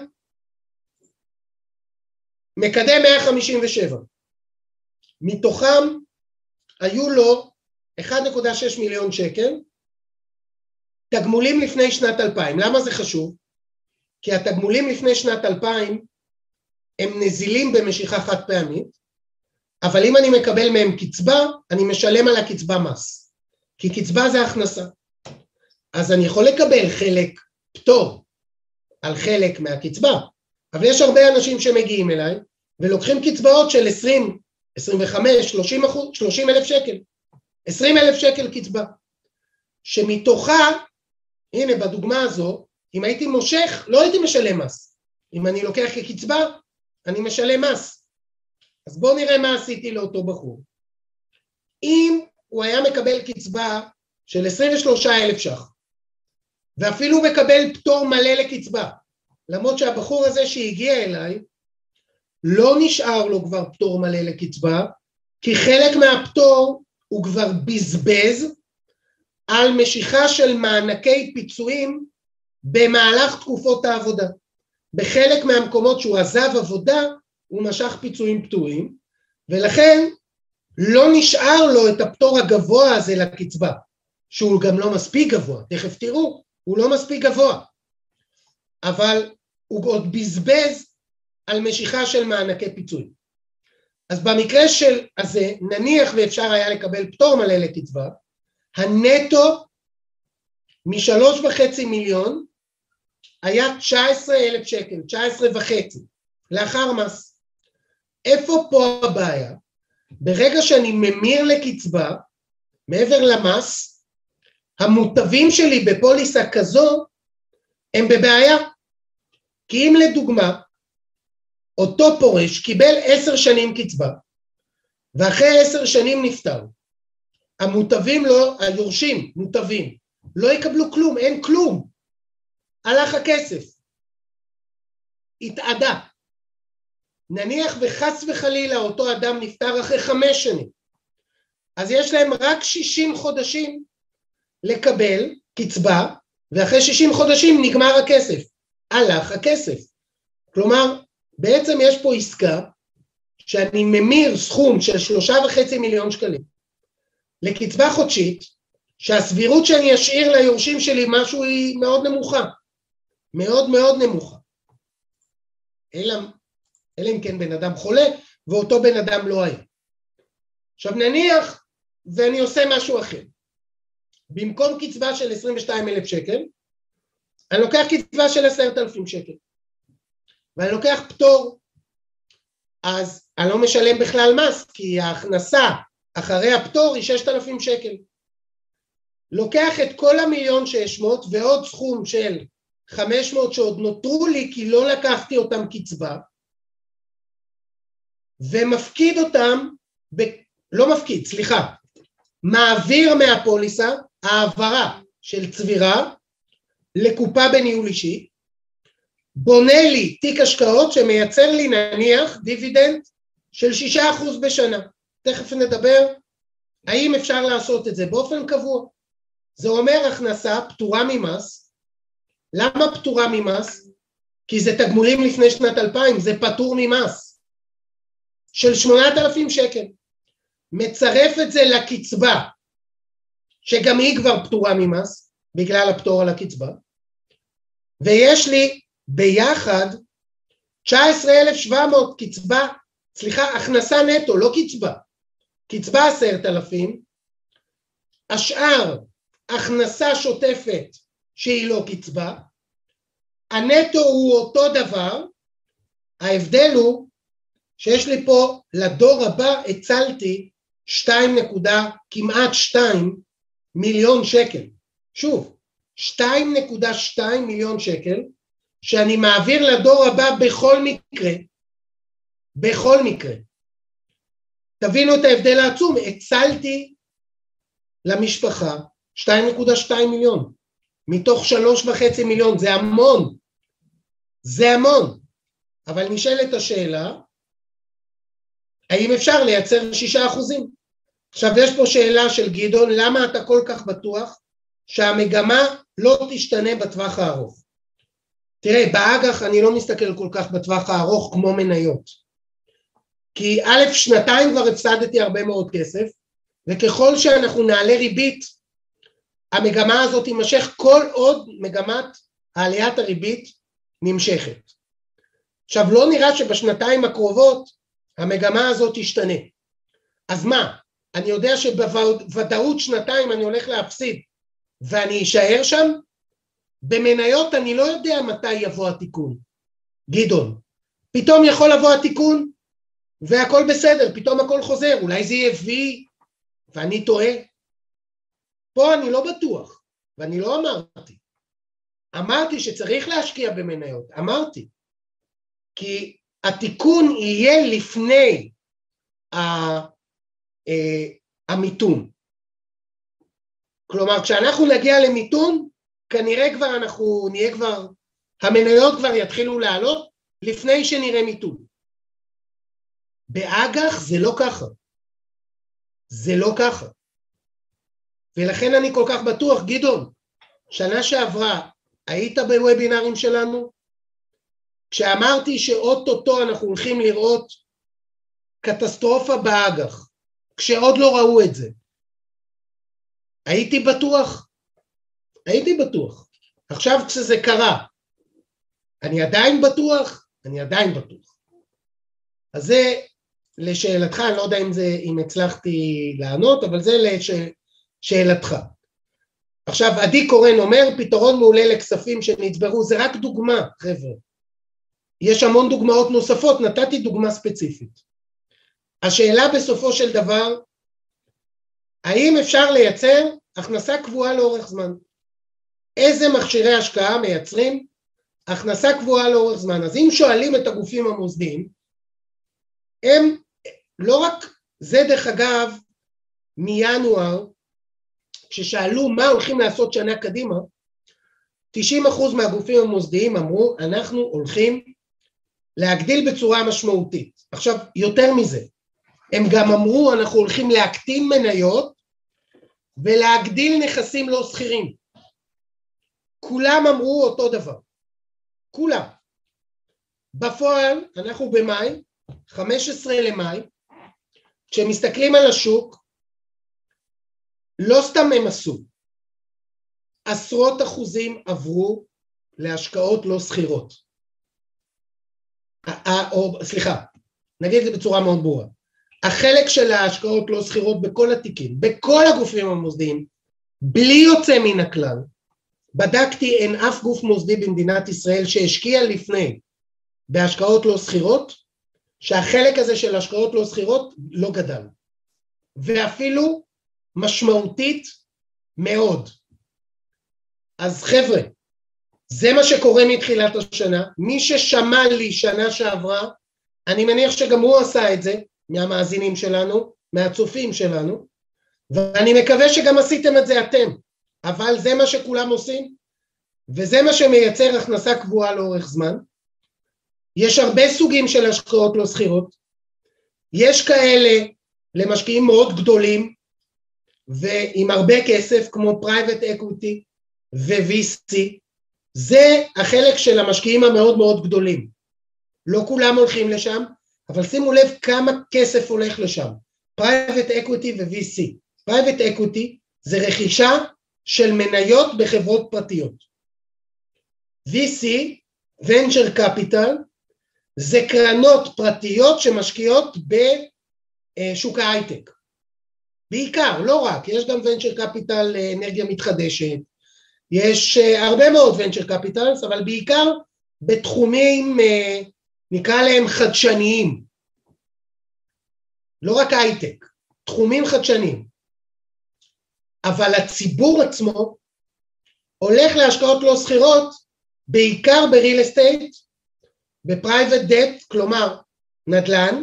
מקדם מאה חמישים ושבע, מתוכם היו לו אחת נקודה שש מיליון שקל, תגמולים לפני שנת אלפיים. למה זה חשוב? כי התגמולים לפני שנת אלפיים הם נזילים במשיכה חד פעמית, אבל אם אני מקבל מהם קצבה, אני משלם על הקצבה מס, כי קצבה זה הכנסה. אז אני יכול לקבל חלק פטור על חלק מהקצבה, אבל יש הרבה אנשים שמגיעים אליי, ולוקחים קצבאות של עשרים, עשרים וחמש, שלושים אחוז, שלושים אלף שקל, עשרים אלף שקל קצבה, שמתוכה, הנה בדוגמה הזו, אם הייתי מושך, לא הייתי משלם מס. אם אני לוקח כקצבה, אני משלם מס. אז בואו נראה מה עשיתי לאותו בחור. אם הוא היה מקבל קצבה של עשרים ושלושה אלף ש"ח, ואפילו מקבל פטור מלא לקצבה, למרות שהבחור הזה שהגיע אליי, לא נשאר לו כבר פטור מלא לקצבה, כי חלק מהפטור הוא כבר בזבז על משיכה של מענקי פיצויים במהלך תקופות העבודה. בחלק מהמקומות שהוא עזב עבודה, הוא משך פיצויים פטורים, ולכן לא נשאר לו את הפטור הגבוה הזה לקצבה, שהוא גם לא מספיק גבוה, תכף תראו, הוא לא מספיק גבוה, אבל הוא עוד בזבז על משיכה של מענקי פיצויים. אז במקרה של הזה, נניח ואפשר היה לקבל פטור מלא לקצבה, הנטו משלוש וחצי מיליון היה תשע עשרה אלף שקל, תשע עשרה וחצי, לאחר מס. איפה פה הבעיה? ברגע שאני ממיר לקצבה, מעבר למס, המוטבים שלי בפוליסה כזו, הם בבעיה. כי אם לדוגמה, אותו פורש קיבל עשר שנים קצבה, ואחרי עשר שנים נפטר, המוטבים לא, היורשים, מוטבים, לא יקבלו כלום, אין כלום. הלך הכסף, התעדה. נניח וחס וחלילה אותו אדם נפטר אחרי חמש שנים, אז יש להם רק שישים חודשים לקבל קצבה, ואחרי שישים חודשים נגמר הכסף, הלך הכסף. כלומר, בעצם יש פה עסקה, שאני ממיר סכום של שלושה וחצי מיליון שקלים, לקצבה חודשית, שהסבירות שאני אשאיר ליורשים שלי משהו היא מאוד נמוכה, מאוד מאוד נמוכה. אלא, אלא אם כן בן אדם חולה, ואותו בן אדם לא היה. עכשיו נניח, ואני עושה משהו אחר. במקום קצבה של עשרים ושתיים אלף שקל, אני לוקח קצבה של עשרת אלפים שקל. ואני לוקח פטור, אז אני לא משלם בכלל מס, כי ההכנסה אחרי הפטור היא שישת אלפים שקל. לוקח את כל המיליון שש מאות ועוד סכום של חמש מאות שעוד נותרו לי, כי לא לקחתי אותם קצבה, ומפקיד אותם, ב... לא מפקיד, סליחה, מעביר מהפוליסה, העברה של צבירה, לקופה בניהול אישי, בונה לי תיק השקעות שמייצר לי נניח דיבידנד של שישה אחוז בשנה. תכף נדבר האם אפשר לעשות את זה באופן קבוע. זה אומר הכנסה פטורה ממס. למה פטורה ממס? כי זה תגמולים לפני שנת אלפיים, זה פטור ממס. של שמונת אלפים שקל. מצרף את זה לקצבה, שגם היא כבר פטורה ממס, בגלל הפטור על הקצבה. ויש לי ביחד תשע עשרה אלף שבע מאות קצבה, סליחה, הכנסה נטו, לא קצבה, קצבה עשרת אלפים, השאר הכנסה שוטפת שהיא לא קצבה, הנטו הוא אותו דבר, ההבדל הוא שיש לי פה לדור הבא הצלתי שתיים נקודה כמעט שתיים מיליון שקל, שוב, שתיים נקודה שתיים מיליון שקל, שאני מעביר לדור הבא בכל מקרה, בכל מקרה. תבינו את ההבדל העצום, הצלתי למשפחה שתיים נקודה שתיים מיליון, מתוך שלוש וחצי מיליון, זה המון, זה המון, אבל נשאלת השאלה, האם אפשר לייצר שישה אחוזים? עכשיו יש פה שאלה של גדעון, למה אתה כל כך בטוח שהמגמה לא תשתנה בטווח הארוך? תראה, באג"ח אני לא מסתכל כל כך בטווח הארוך כמו מניות, כי א' שנתיים כבר הפסדתי הרבה מאוד כסף, וככל שאנחנו נעלה ריבית, המגמה הזאת תימשך כל עוד מגמת העליית הריבית נמשכת. עכשיו לא נראה שבשנתיים הקרובות המגמה הזאת תשתנה. אז מה? אני יודע שבוודאות שנתיים אני הולך להפסיד, ואני אשאר שם? במניות אני לא יודע מתי יבוא התיקון. גדעון, פתאום יכול לבוא התיקון, והכל בסדר, פתאום הכל חוזר, אולי זה יהיה וי, ואני טועה. פה אני לא בטוח, ואני לא אמרתי. אמרתי שצריך להשקיע במניות, אמרתי. כי התיקון יהיה לפני המיתון. כלומר, כשאנחנו נגיע למיתון, כנראה כבר אנחנו נהיה כבר, המניות כבר יתחילו לעלות, לפני שנראה מיתון. באג"ח זה לא ככה. זה לא ככה. ולכן אני כל כך בטוח, גדעון, שנה שעברה, היית בוובינרים שלנו? כשאמרתי שאוטוטו אנחנו הולכים לראות קטסטרופה באג"ח, כשעוד לא ראו את זה. הייתי בטוח? הייתי בטוח. עכשיו כשזה קרה, אני עדיין בטוח? אני עדיין בטוח. אז זה לשאלתך, אני לא יודע אם, זה, אם הצלחתי לענות, אבל זה לשאלתך. עכשיו, עדי קורן אומר, פתרון מעולה לכספים שנצברו, זה רק דוגמה, חבר'ה. יש המון דוגמאות נוספות, נתתי דוגמה ספציפית. השאלה בסופו של דבר, האם אפשר לייצר הכנסה קבועה לאורך זמן? איזה מכשירי השקעה מייצרים הכנסה קבועה לאורך זמן? אז אם שואלים את הגופים המוסדיים, הם לא רק, זה דרך אגב, מינואר, כששאלו מה הולכים לעשות שנה קדימה, תשעים אחוז מהגופים המוסדיים אמרו, אנחנו הולכים להגדיל בצורה משמעותית. עכשיו, יותר מזה, הם גם אמרו, אנחנו הולכים להקטין מניות, ולהגדיל נכסים לא סחירים. כולם אמרו אותו דבר. כולם. בפועל, אנחנו במאי, חמישה עשר למאי, כשמסתכלים על השוק, לא סתם הם עשו. עשרות אחוזים עברו להשקעות לא סחירות. או, סליחה, נגיד את זה בצורה מאוד ברורה. החלק של ההשקעות לא סחירות בכל התיקים, בכל הגופים המוסדיים, בלי יוצא מן הכלל, בדקתי, אין אף גוף מוסדי במדינת ישראל שהשקיע לפני בהשקעות לא סחירות, שהחלק הזה של השקעות לא סחירות לא גדל. ואפילו משמעותית מאוד. אז חבר'ה, זה מה שקורה מתחילת השנה. מי ששמע לי שנה שעברה, אני מניח שגם הוא עשה את זה, מהמאזינים שלנו, מהצופים שלנו, ואני מקווה שגם עשיתם את זה אתם, אבל זה מה שכולם עושים, וזה מה שמייצר הכנסה קבועה לאורך זמן. יש הרבה סוגים של השקעות לא סחירות, יש כאלה למשקיעים מאוד גדולים, ועם הרבה כסף, כמו private equity ו-וי סי, זה החלק של המשקיעים המאוד מאוד גדולים. לא כולם הולכים לשם, אבל שימו לב כמה כסף הולך לשם. private equity ו-וי סי. private equity זה רכישה של מניות בחברות פרטיות. וי סי, venture capital, זה קרנות פרטיות שמשקיעות בשוק ההייטק. בעיקר, לא רק, יש גם venture capital אנרגיה מתחדשת, יש הרבה מאוד venture capitals, אבל בעיקר בתחומים, נקרא להם חדשניים. לא רק הייטק, תחומים חדשניים. אבל הציבור עצמו הולך להשקעות לא סחירות, בעיקר בריל אסטייט, בפרייבט דט, כלומר נדל"ן,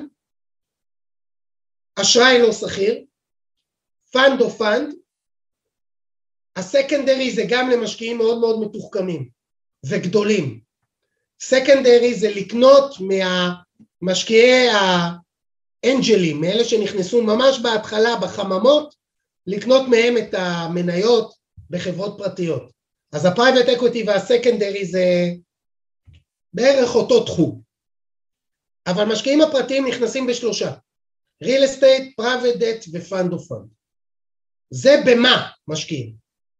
אשראי לא סחיר, פנד או פנד, הסקנדרי זה גם למשקיעים מאוד מאוד מתוחכמים וגדולים. סקנדרי זה לקנות מהמשקיעי האנג'לים, מאלה שנכנסו ממש בהתחלה בחממות, לקנות מהם את המניות בחברות פרטיות. אז הפרייבט אקוויטי והסקנדרי זה בערך אותו תחום. אבל משקיעים הפרטיים נכנסים בשלושה, ריל אסטייט, פרייבט דט ופנד או פנד. זה במה משקיעים.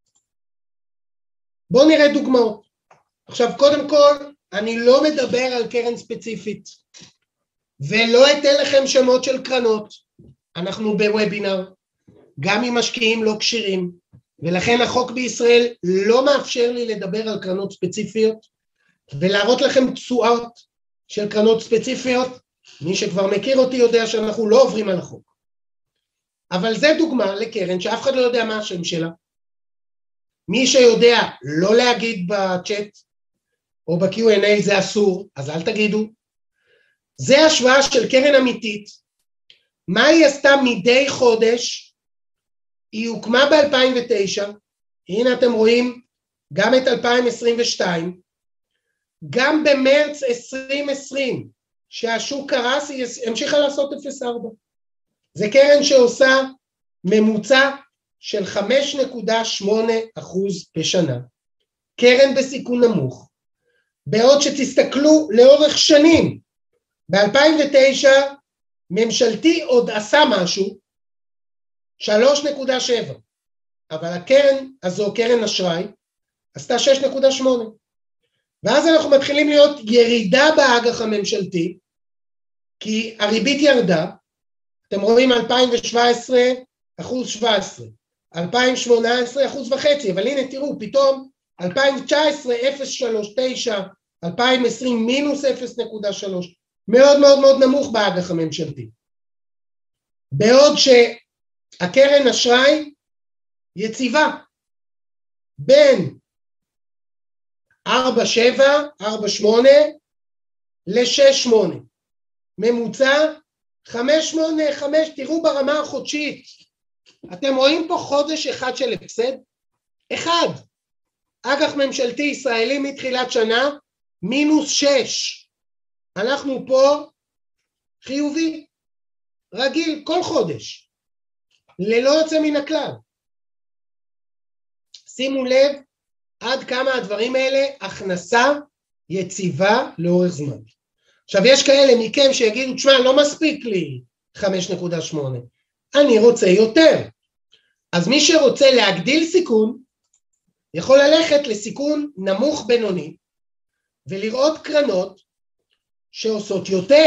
בואו נראה דוגמאות. עכשיו קודם כל, אני לא מדבר על קרן ספציפית, ולא אתן לכם שמות של קרנות, אנחנו בוובינר, גם עם משקיעים לא קשירים, ולכן החוק בישראל לא מאפשר לי לדבר על קרנות ספציפיות, ולהראות לכם תשואות של קרנות ספציפיות, מי שכבר מכיר אותי יודע שאנחנו לא עוברים על החוק. אבל זה דוגמה לקרן שאף אחד לא יודע מה השם שלה, מי שיודע לא להגיד בצ'אט, או ב-קיו אנד איי זה אסור, אז אל תגידו. זה השוואה של קרן אמיתית, מה היא עשתה מדי חודש, היא הוקמה ב-אלפיים ותשע, הנה אתם רואים גם את אלפיים עשרים ושתיים, גם במרץ עשרים עשרים, שהשוק קרס, היא המשיכה לעשות אפס נקודה ארבע. זה קרן שעושה ממוצע של חמש נקודה שמונה אחוז בשנה, קרן בסיכון נמוך, בעוד שתסתכלו לאורך שנים, ב-אלפיים ותשע ממשלתי עוד עשה משהו, שלוש נקודה שבע, אבל הקרן הזו, קרן אשראי, עשתה שש נקודה שמונה, ואז אנחנו מתחילים להיות ירידה באג"ח הממשלתי, כי הריבית ירדה, אתם רואים אלפיים שבע עשרה, אחוז שבע עשרה, אלפיים שמונה עשרה אחוז וחצי, אבל הנה תראו, פתאום אלפיים תשע עשרה אפס נקודה שלושים ותשע, אלפיים עשרים מינוס אפס נקודה שלוש, מאוד מאוד מאוד נמוך באג"ח הממשלתי. בעוד שהקרן אשראי יציבה, בין ארבע נקודה שבע, ארבע נקודה שמונה ל-שש נקודה שמונה, ממוצע חמש נקודה שמונה חמש, תראו ברמה החודשית, אתם רואים פה חודש אחד של הפסד? אחד. אג"ח ממשלתי ישראלי מתחילת שנה, מינוס שש. אנחנו פה חיובי, רגיל, כל חודש, ללא יוצא מן הכלל. שימו לב עד כמה הדברים האלה, הכנסה יציבה לאורך זמן. עכשיו יש כאלה מכם שיגידו, תשמע, לא מספיק לי חמש נקודה שמונה, אני רוצה יותר. אז מי שרוצה להגדיל סיכון, יכול ללכת לסיכון נמוך בינוני, ולראות קרנות שעושות יותר.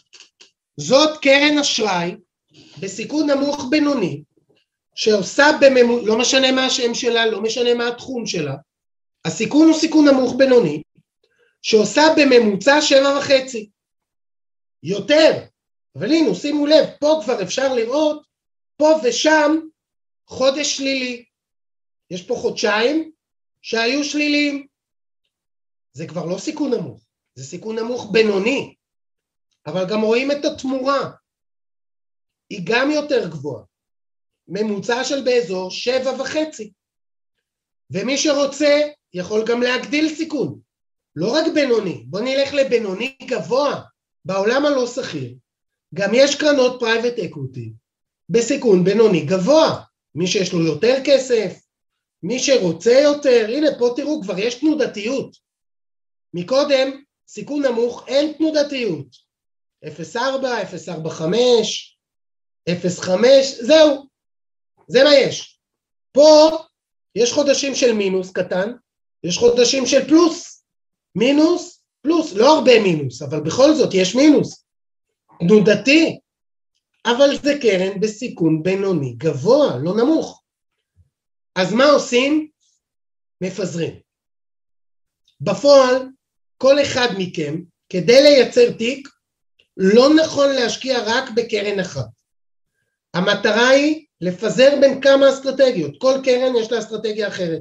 זאת קרן אשראי בסיכון נמוך בינוני, שעושה בממוצע, לא משנה מה השם שלה, לא משנה מה התחום שלה, הסיכון הוא סיכון נמוך בינוני, שעושה בממוצע שבע וחצי. יותר, אבל הנה, שימו לב, פה כבר אפשר לראות, פה ושם חודש שלילי. יש פה חודשיים שהיו שליליים. זה כבר לא סיכון נמוך, זה סיכון נמוך בינוני, אבל גם רואים את התמורה, היא גם יותר גבוהה, ממוצע של באזור שבע וחצי, ומי שרוצה יכול גם להגדיל סיכון, לא רק בינוני, בוא נלך לבינוני גבוה, בעולם הלא סחיר, גם יש קרנות פרייבט אקוויטי, בסיכון בינוני גבוה, מי שיש לו יותר כסף, מי שרוצה יותר, הנה פה תראו כבר יש תנודתיות, מקודם סיכון נמוך אין תנודתיות, אפס נקודה ארבע, אפס נקודה ארבעים וחמש, אפס נקודה חמש, זהו, זה מה יש. פה יש חודשים של מינוס קטן, יש חודשים של פלוס, מינוס, פלוס, לא הרבה מינוס, אבל בכל זאת יש מינוס, תנודתי, אבל זה קרן בסיכון בינוני גבוה, לא נמוך. אז מה עושים? מפזרים. בפועל, כל אחד מכם, כדי לייצר תיק, לא נכון להשקיע רק בקרן אחת. המטרה היא לפזר בין כמה אסטרטגיות. כל קרן יש לה אסטרטגיה אחרת.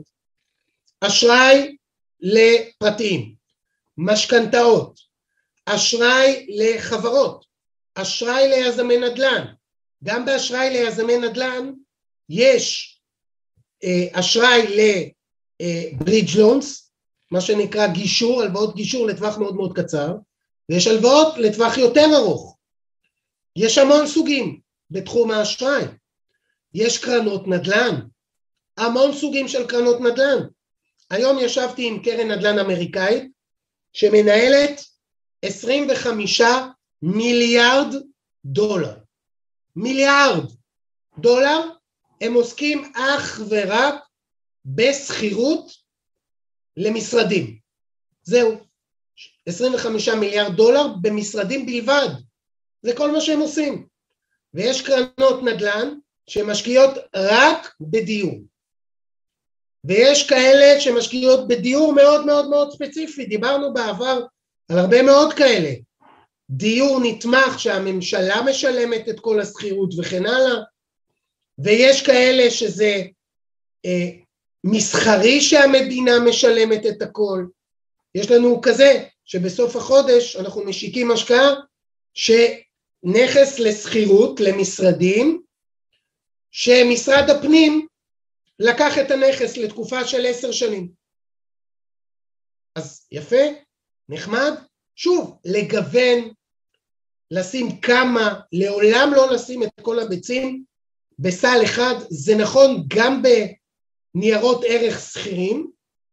אשראי לפרטיים, משכנתאות, אשראי לחברות, אשראי ליזמי נדל"ן. גם באשראי ליזמי נדל"ן יש אשראי לברידג' לונס, מה שנקרא גישור, הלוואות גישור לטווח מאוד מאוד קצר, ויש הלוואות לטווח יותר ארוך. יש המון סוגים בתחום האשראי. יש קרנות נדל"ן, המון סוגים של קרנות נדל"ן. היום ישבתי עם קרן נדל"ן אמריקאית, שמנהלת עשרים וחמישה מיליארד דולר. מיליארד דולר, הם עוסקים אך ורק בסחירות למשרדים. זהו, עשרים וחמישה מיליארד דולר במשרדים בלבד. זה כל מה שהם עושים. ויש קרנות נדל"ן שמשקיעות רק בדיור. ויש כאלה שמשקיעות בדיור מאוד מאוד מאוד ספציפי. דיברנו בעבר על הרבה מאוד כאלה. דיור נתמך שהממשלה משלמת את כל הסחירות וכן הלאה. ויש כאלה שזה אה, מסחרי שהמדינה משלמת את הכל. יש לנו כזה שבסוף החודש אנחנו משיקים השקעה שנכס לסחירות למשרדים, שמשרד הפנים לקח את הנכס לתקופה של עשר שנים. אז יפה, נחמד, שוב, לגוון, לשים כמה, לעולם לא לשים את כל הביצים בסל אחד, זה נכון גם בניירות ערך סחירים,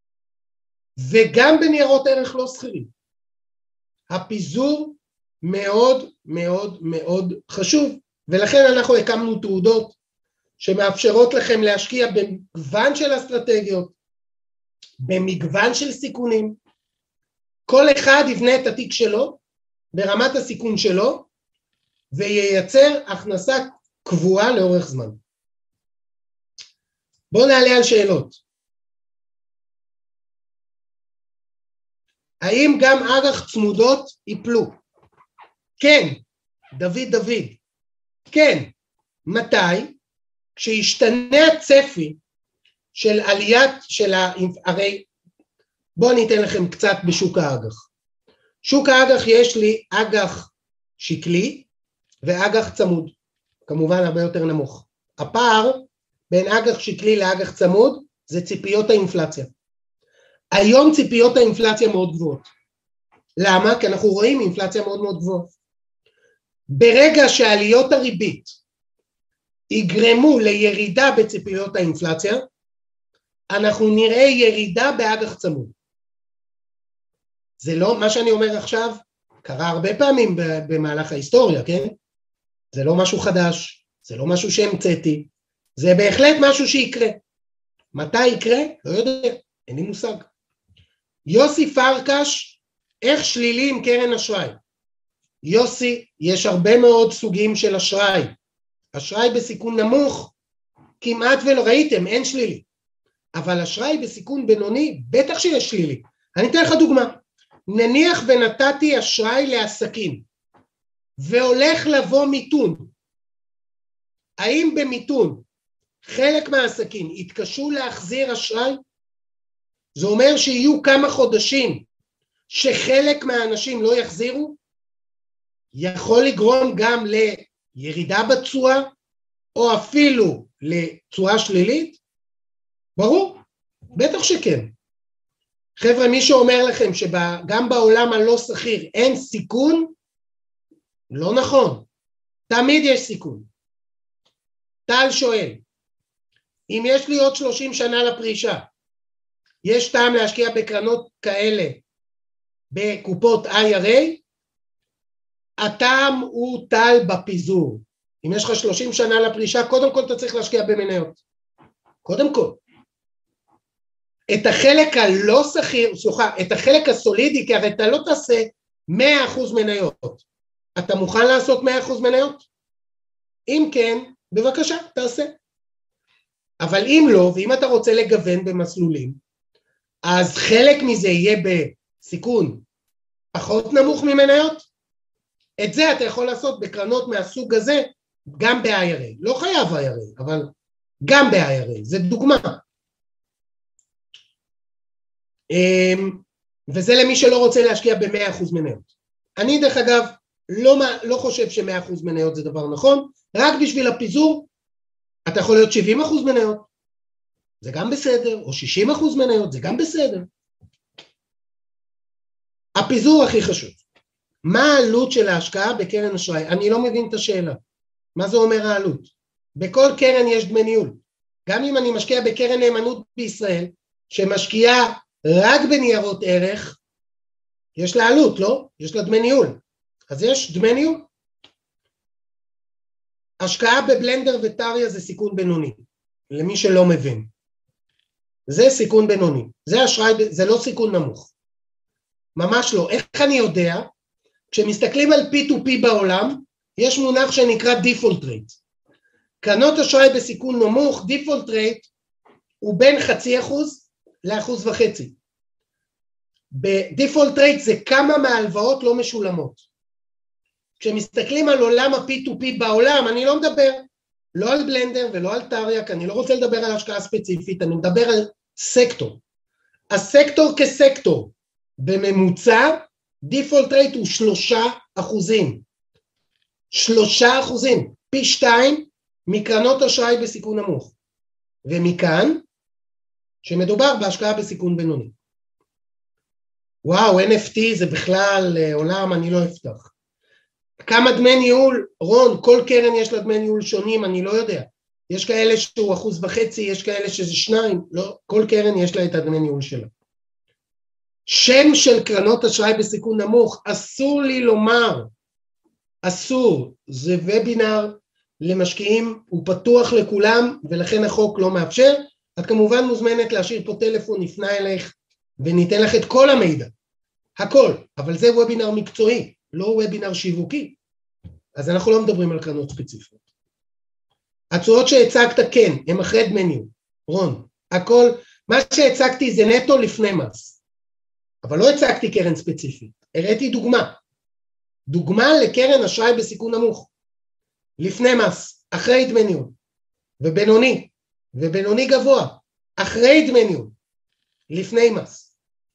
וגם בניירות ערך לא סחירים. הפיזור מאוד מאוד מאוד חשוב, ולכן אנחנו הקמנו תעודות שמאפשרות לכם להשקיע במגוון של אסטרטגיות, במגוון של סיכונים, כל אחד יבנה את התיק שלו, ברמת הסיכון שלו, וייצר הכנסה קבועה לאורך זמן. בואו נעלה על שאלות. האם גם אג"ח צמודות ייפלו? כן, דוד דוד. כן, מתי? כשישתנה הצפי של עליית של ה... הרי בואו ניתן לכם קצת בשוק האג"ח. שוק האג"ח יש לי אג"ח שקלי ואג"ח צמוד, כמובן הרבה יותר נמוך. הפער בין אג"ח שקלי לאג"ח צמוד זה ציפיות האינפלציה. היום ציפיות האינפלציה מאוד גבוהות. למה? כי אנחנו רואים אינפלציה מאוד מאוד גבוהה. ברגע שעליות הריבית יגרמו לירידה בציפיות האינפלציה, אנחנו נראה ירידה באג"ח צמוד. זה לא, מה שאני אומר עכשיו, קרה הרבה פעמים במהלך ההיסטוריה, כן? זה לא משהו חדש, זה לא משהו שהמצאתי, זה בהחלט משהו שיקרה. מתי יקרה? לא יודע, אין לי מושג. יוסי פרקש, איך שלילי עם קרן אשראי? יוסי, יש הרבה מאוד סוגים של אשראי. אשראי בסיכון נמוך, כמעט ולא ראיתם, אין שלילי. אבל אשראי בסיכון בינוני, בטח שיש שלילי. אני אתן לך דוגמה. נניח ונתתי אשראי לעסקים, והולך לבוא מיתון. האם במיתון חלק מהעסקים יתקשו להחזיר אשראי? זה אומר שיהיו כמה חודשים שחלק מהאנשים לא יחזירו? יכול לגרום גם לירידה בתשואה, או אפילו לתשואה שלילית? ברור, בטח שכן. חבר'ה, מי שאומר לכם שגם בעולם הלא סחיר אין סיכון, לא נכון. תמיד יש סיכון. טל שואל, אם יש לי עוד שלושים שנה לפרישה, יש טעם להשקיע בקרנות כאלה בקופות איי אר איי? הטעם הוא טל בפיזור. אם יש לך שלושים שנה לפרישה, קודם כל אתה צריך להשקיע במניות. קודם כל. את החלק הלא סחיר, סליחה, את החלק הסולידי, כי הרי אתה לא תעשה מאה אחוז מניות. אתה מוכן לעשות מאה אחוז מניות? אם כן, בבקשה, תעשה. אבל אם לא, ואם אתה רוצה לגוון במסלולים, אז חלק מזה יהיה בסיכון פחות נמוך ממניות. את זה אתה יכול לעשות בקרנות מהסוג הזה, גם ב-איי אר איי. לא חייב איי אר איי, אבל גם ב-איי אר איי. זה דוגמה. וזה למי שלא רוצה להשקיע ב-מאה אחוז מניות. אני דרך אגב לא, לא חושב ש-מאה אחוז מניות זה דבר נכון, רק בשביל הפיזור אתה יכול להיות שבעים אחוז מניות, זה גם בסדר, או שישים אחוז מניות, זה גם בסדר. הפיזור הכי חשוב. מה העלות של ההשקעה בקרן אשראי? אני לא מבין את השאלה. מה זה אומר העלות? בכל קרן יש דמי ניהול. גם אם אני משקיע בקרן נאמנות בישראל, שמשקיעה רק בניירות ערך, יש לה עלות, לא? יש לה דמי ניהול. אז יש דמי ניהול. השקעה בבלנדר וטריה זה סיכון בינוני, למי שלא מבין. זה סיכון בינוני. זה אשראי, זה לא סיכון נמוך. ממש לא. איך אני יודע? כשמסתכלים על פי טו פי בעולם, יש מונח שנקרא דיפולט רייט. קרנות אשראי בסיכון נמוך, דיפולט רייט, הוא בין חצי אחוז לאחוז וחצי. בדיפולט רייט זה כמה מההלוואות לא משולמות. כשמסתכלים על עולם ה-פי טו פי בעולם, אני לא מדבר לא על בלנדר ולא על טריה, כי אני לא רוצה לדבר על השקעה ספציפית, אני מדבר על סקטור. הסקטור כסקטור, בממוצע, דיפולט רייט הוא שלושה אחוזים. שלושה אחוזים, פי שתיים מקרנות אשראי בסיכון נמוך. ומכאן, שמדובר בהשקעה בסיכון בינוני. וואו, אן אף טי זה בכלל עולם, אני לא אפתח. כמה דמי ניהול? רון, כל קרן יש לה דמי ניהול שונים, אני לא יודע. יש כאלה שהוא אחוז וחצי, יש כאלה שזה שניים, לא, כל קרן יש לה את הדמי ניהול שלה. שם של קרנות אשראי בסיכון נמוך, אסור לי לומר, אסור, זה וובינר למשקיעים, הוא פתוח לכולם, ולכן החוק לא מאפשר. את כמובן מוזמנת להשאיר פה טלפון, נפנה אליך, וניתן לך את כל המידע, הכל, אבל זה וובינר מקצועי, לא וובינר שיווקי, אז אנחנו לא מדברים על קרנות ספציפיות. התשואות שהצגת כן, הם אחרי דמי ניהול, רון, הכל, מה שהצגתי זה נטו לפני מס, אבל לא הצגתי קרן ספציפית, הראיתי דוגמה, דוגמה לקרן אשראי בסיכון נמוך, לפני מס, אחרי דמי ניהול, ובינוני, ובינוני גבוה, אחרי דמי ניהול, לפני מס.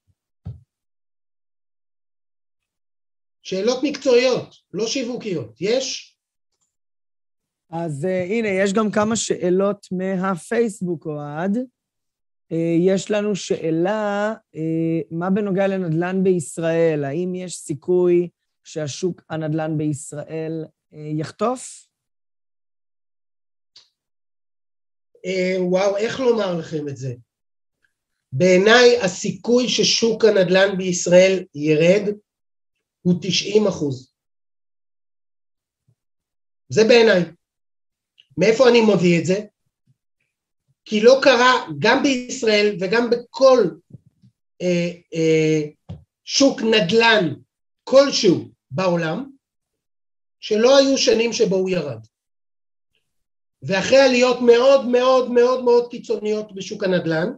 שאלות מקצועיות, לא שיווקיות, יש? אז uh, הנה, יש גם כמה שאלות מהפייסבוק, אוהד. Uh, יש לנו שאלה, uh, מה בנוגע לנדל"ן בישראל? האם יש סיכוי שהשוק הנדל"ן בישראל uh, יחטוף? Uh, וואו, איך לומר לכם את זה? בעיניי הסיכוי ששוק הנדל"ן בישראל ירד הוא תשעים אחוז. זה בעיניי. מאיפה אני מביא את זה? כי לא קרה גם בישראל וגם בכל אה, אה, שוק נדל"ן כלשהו בעולם, שלא היו שנים שבו הוא ירד. ואחרי עליות מאוד מאוד מאוד מאוד קיצוניות בשוק הנדל"ן,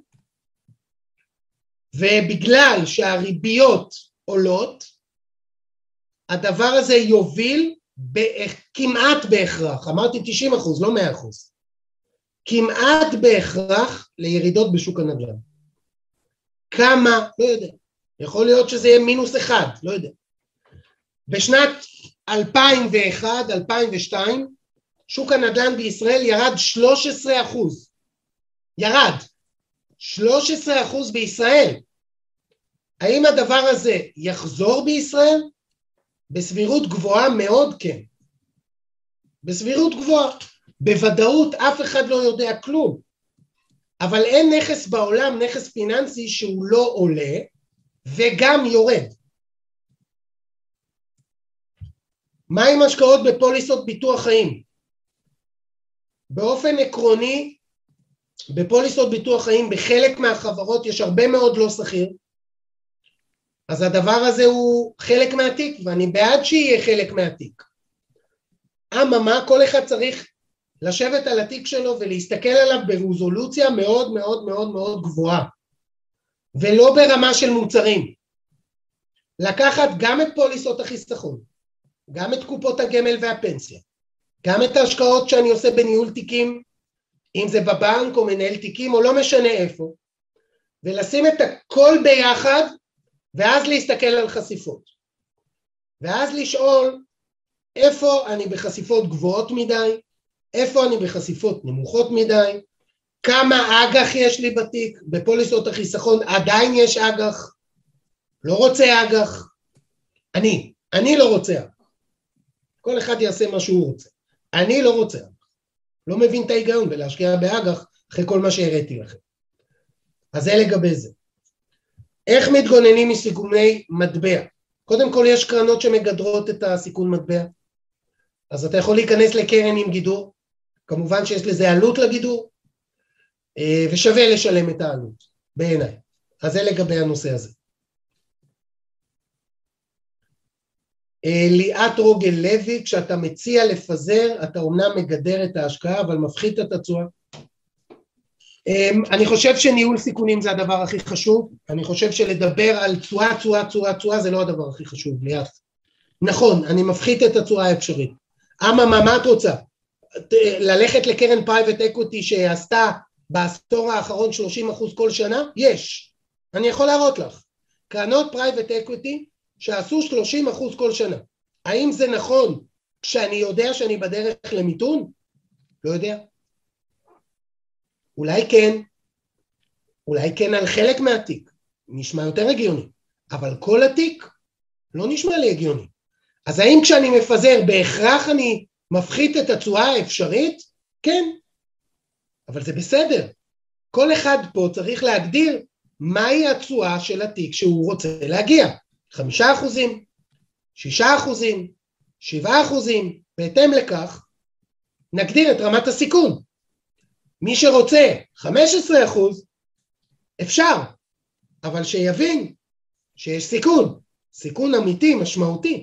ובגלל שהריביות עולות, הדבר הזה יוביל כמעט בהכרח, אמרתי תשעים אחוז, לא מאה אחוז, כמעט בהכרח לירידות בשוק הנדל"ן. כמה? לא יודע. יכול להיות שזה יהיה מינוס אחד, לא יודע. בשנת אלפיים ואחת אלפיים ושתיים, שוק הנדל"ן בישראל ירד שלוש עשרה אחוז. ירד. שלוש עשרה אחוז בישראל. האם הדבר הזה יחזור בישראל? בסבירות גבוהה מאוד כן. בסבירות גבוהה. בוודאות אף אחד לא יודע כלום. אבל אין נכס בעולם, נכס פיננסי שהוא לא עולה וגם יורד. מה עם השקעות בפוליסות ביטוח חיים? באופן עקרוני, בפוליסות ביטוח חיים בחלק מהחברות יש הרבה מאוד לא שכיר, אז הדבר הזה הוא חלק מהתיק, ואני בעד שיהיה חלק מהתיק. אממה, כל אחד צריך לשבת על התיק שלו ולהסתכל עליו ברזולוציה מאוד מאוד מאוד מאוד גבוהה, ולא ברמה של מוצרים. לקחת גם את פוליסות החיסכון, גם את קופות הגמל והפנסיה, גם את ההשקעות שאני עושה בניהול תיקים, אם זה בבנק או מנהל תיקים או לא משנה איפה, ולשים את הכל ביחד, ואז להסתכל על חשיפות. ואז לשאול איפה אני בחשיפות גבוהות מדי, איפה אני בחשיפות נמוכות מדי, כמה אג"ח יש לי בתיק, בפוליסות החיסכון עדיין יש אג"ח, לא רוצה אג"ח, אני, אני לא רוצה אג"ח. כל אחד יעשה מה שהוא רוצה. אני לא רוצה אג"ח. לא מבין את ההיגיון בלהשקיע באג"ח אחרי כל מה שהראיתי לכם. אז זה לגבי זה. איך מתגוננים מסיכוני מטבע? קודם כל יש קרנות שמגדרות את הסיכון מטבע. אז אתה יכול להיכנס לקרן עם גידור. כמובן שיש לזה עלות לגידור, ושווה לשלם את העלות, בעיניי. אז זה לגבי הנושא הזה. ליאת רוגל לוי, כשאתה מציע לפזר, אתה אומנם מגדר את ההשקעה, אבל מפחית את התשואה. אני חושב שניהול סיכונים זה הדבר הכי חשוב, אני חושב שלדבר על תשואה, תשואה, תשואה, תשואה, זה לא הדבר הכי חשוב, ליאת. נכון, אני מפחית את התשואה האפשרית. אממה, מה את רוצה? ללכת לקרן פרייבט אקוויטי שעשתה בעשור האחרון שלושים אחוז כל שנה? יש. אני יכול להראות לך. קרנות פרייבט אקוויטי שעשו שלושים אחוז כל שנה. האם זה נכון כשאני יודע שאני בדרך למיתון? לא יודע. אולי כן. אולי כן על חלק מהתיק. נשמע יותר הגיוני. אבל כל התיק לא נשמע לי הגיוני. אז האם כשאני מפזר בהכרח אני מפחית את התשואה האפשרית? כן. אבל זה בסדר. כל אחד פה צריך להגדיר מהי התשואה של התיק שהוא רוצה להגיע. חמישה אחוזים, שישה אחוזים, שבעה אחוזים, בהתאם לכך, נגדיר את רמת הסיכון. מי שרוצה חמישה עשר אחוז, אפשר, אבל שיבין שיש סיכון, סיכון אמיתי, משמעותי.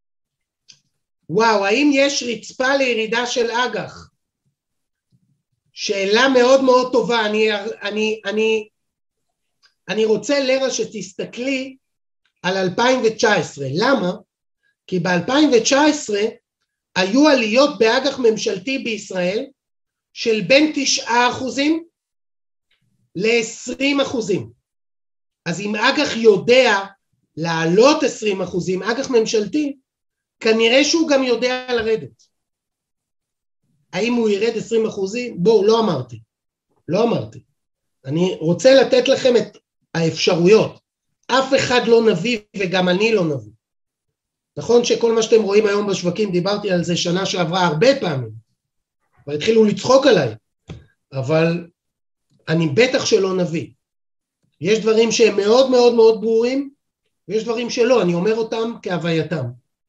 וואו, האם יש רצפה לירידה של אג"ח? שאלה מאוד מאוד טובה, אני, אני, אני, אני רוצה לרה שתסתכלי על אלפיים תשע עשרה, למה? כי ב-אלפיים תשע עשרה היו עליות באג"ח ממשלתי בישראל של בין תשעה אחוזים ל-עשרים אחוזים. אז אם אג"ח יודע לעלות עשרים אחוזים, אג"ח ממשלתי, כנראה שהוא גם יודע לרדת. האם הוא ירד עשרים אחוזים? בואו, לא אמרתי. לא אמרתי. אני רוצה לתת לכם את האפשרויות. אף אחד לא נביא וגם אני לא נביא. נכון שכל מה שאתם רואים היום בשווקים, דיברתי על זה שנה שעברה הרבה פעמים, והתחילו לצחוק עליי, אבל אני בטח שלא נביא. יש דברים שהם מאוד מאוד מאוד ברורים, ויש דברים שלא, אני אומר אותם כהווייתם.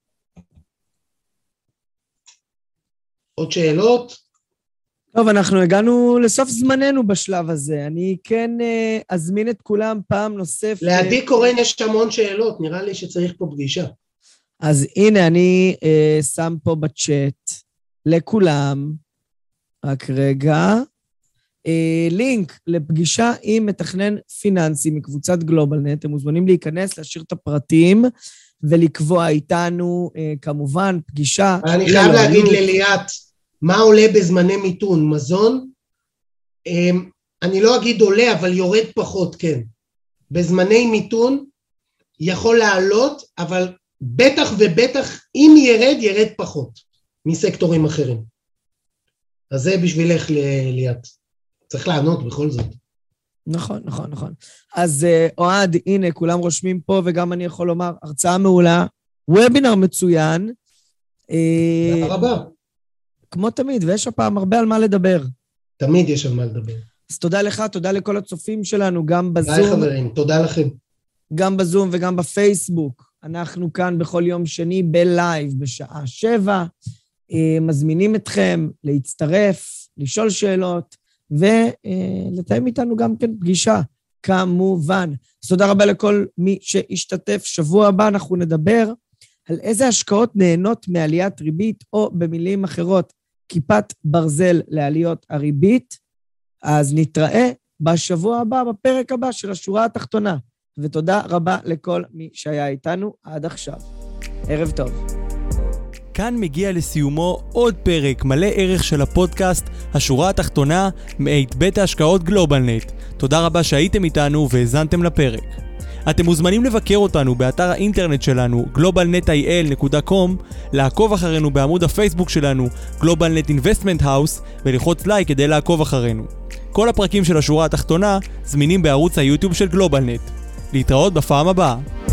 עוד שאלות? טוב, אנחנו הגענו לסוף זמננו בשלב הזה. אני כן uh, אזמין את כולם פעם נוספת. לעדי קורן יש המון שאלות, נראה לי שצריך פה פגישה. אז הנה, אני uh, שם פה בצ'אט לכולם, רק רגע, uh, לינק לפגישה עם מתכנן פיננסי מקבוצת גלובלנט. אתם מוזמנים להיכנס, להשאיר את הפרטים, ולקבוע איתנו uh, כמובן פגישה. אני חייב להגיד לליאת, מה עולה בזמני מיתון? מזון? אני לא אגיד עולה, אבל יורד פחות, כן. בזמני מיתון יכול לעלות, אבל בטח ובטח אם ירד, ירד פחות מסקטורים אחרים. אז זה בשבילך ליאת. צריך לענות בכל זאת. נכון, נכון, נכון. אז אוהד, הנה, כולם רושמים פה, וגם אני יכול לומר, הרצאה מעולה, וובינר מצוין. תודה רבה. כמו תמיד, ויש הפעם הרבה על מה לדבר. תמיד יש על מה לדבר. אז תודה לך, תודה לכל הצופים שלנו, גם בזום. ביי חברים, תודה לכם. גם בזום וגם בפייסבוק. אנחנו כאן בכל יום שני בלייב בשעה שבע. מזמינים אתכם להצטרף, לשאול שאלות, ולתאם איתנו גם כן פגישה, כמובן. אז תודה רבה לכל מי שהשתתף. שבוע הבא אנחנו נדבר על איזה השקעות נהנות מעליית ריבית, או במילים אחרות, כיפת ברזל לעליות הריבית. אז נתראה בשבוע הבא, בפרק הבא של השורה התחתונה. ותודה רבה לכל מי שהיה איתנו עד עכשיו. ערב טוב. כאן מגיע לסיומו עוד פרק מלא ערך של הפודקאסט השורה התחתונה מאת בית ההשקעות גלובלנט. תודה רבה שהייתם איתנו והזנתם לפרק. אתם מוזמנים לבקר אותנו באתר האינטרנט שלנו גלובל נט איי אל נקודה קום, לעקוב אחרינו בעמוד הפייסבוק שלנו GlobalNet Investment House ולחוץ לייק כדי לעקוב אחרינו. כל הפרקים של השורה התחתונה זמינים בערוץ היוטיוב של גלובלנט. להתראות בפעם הבאה.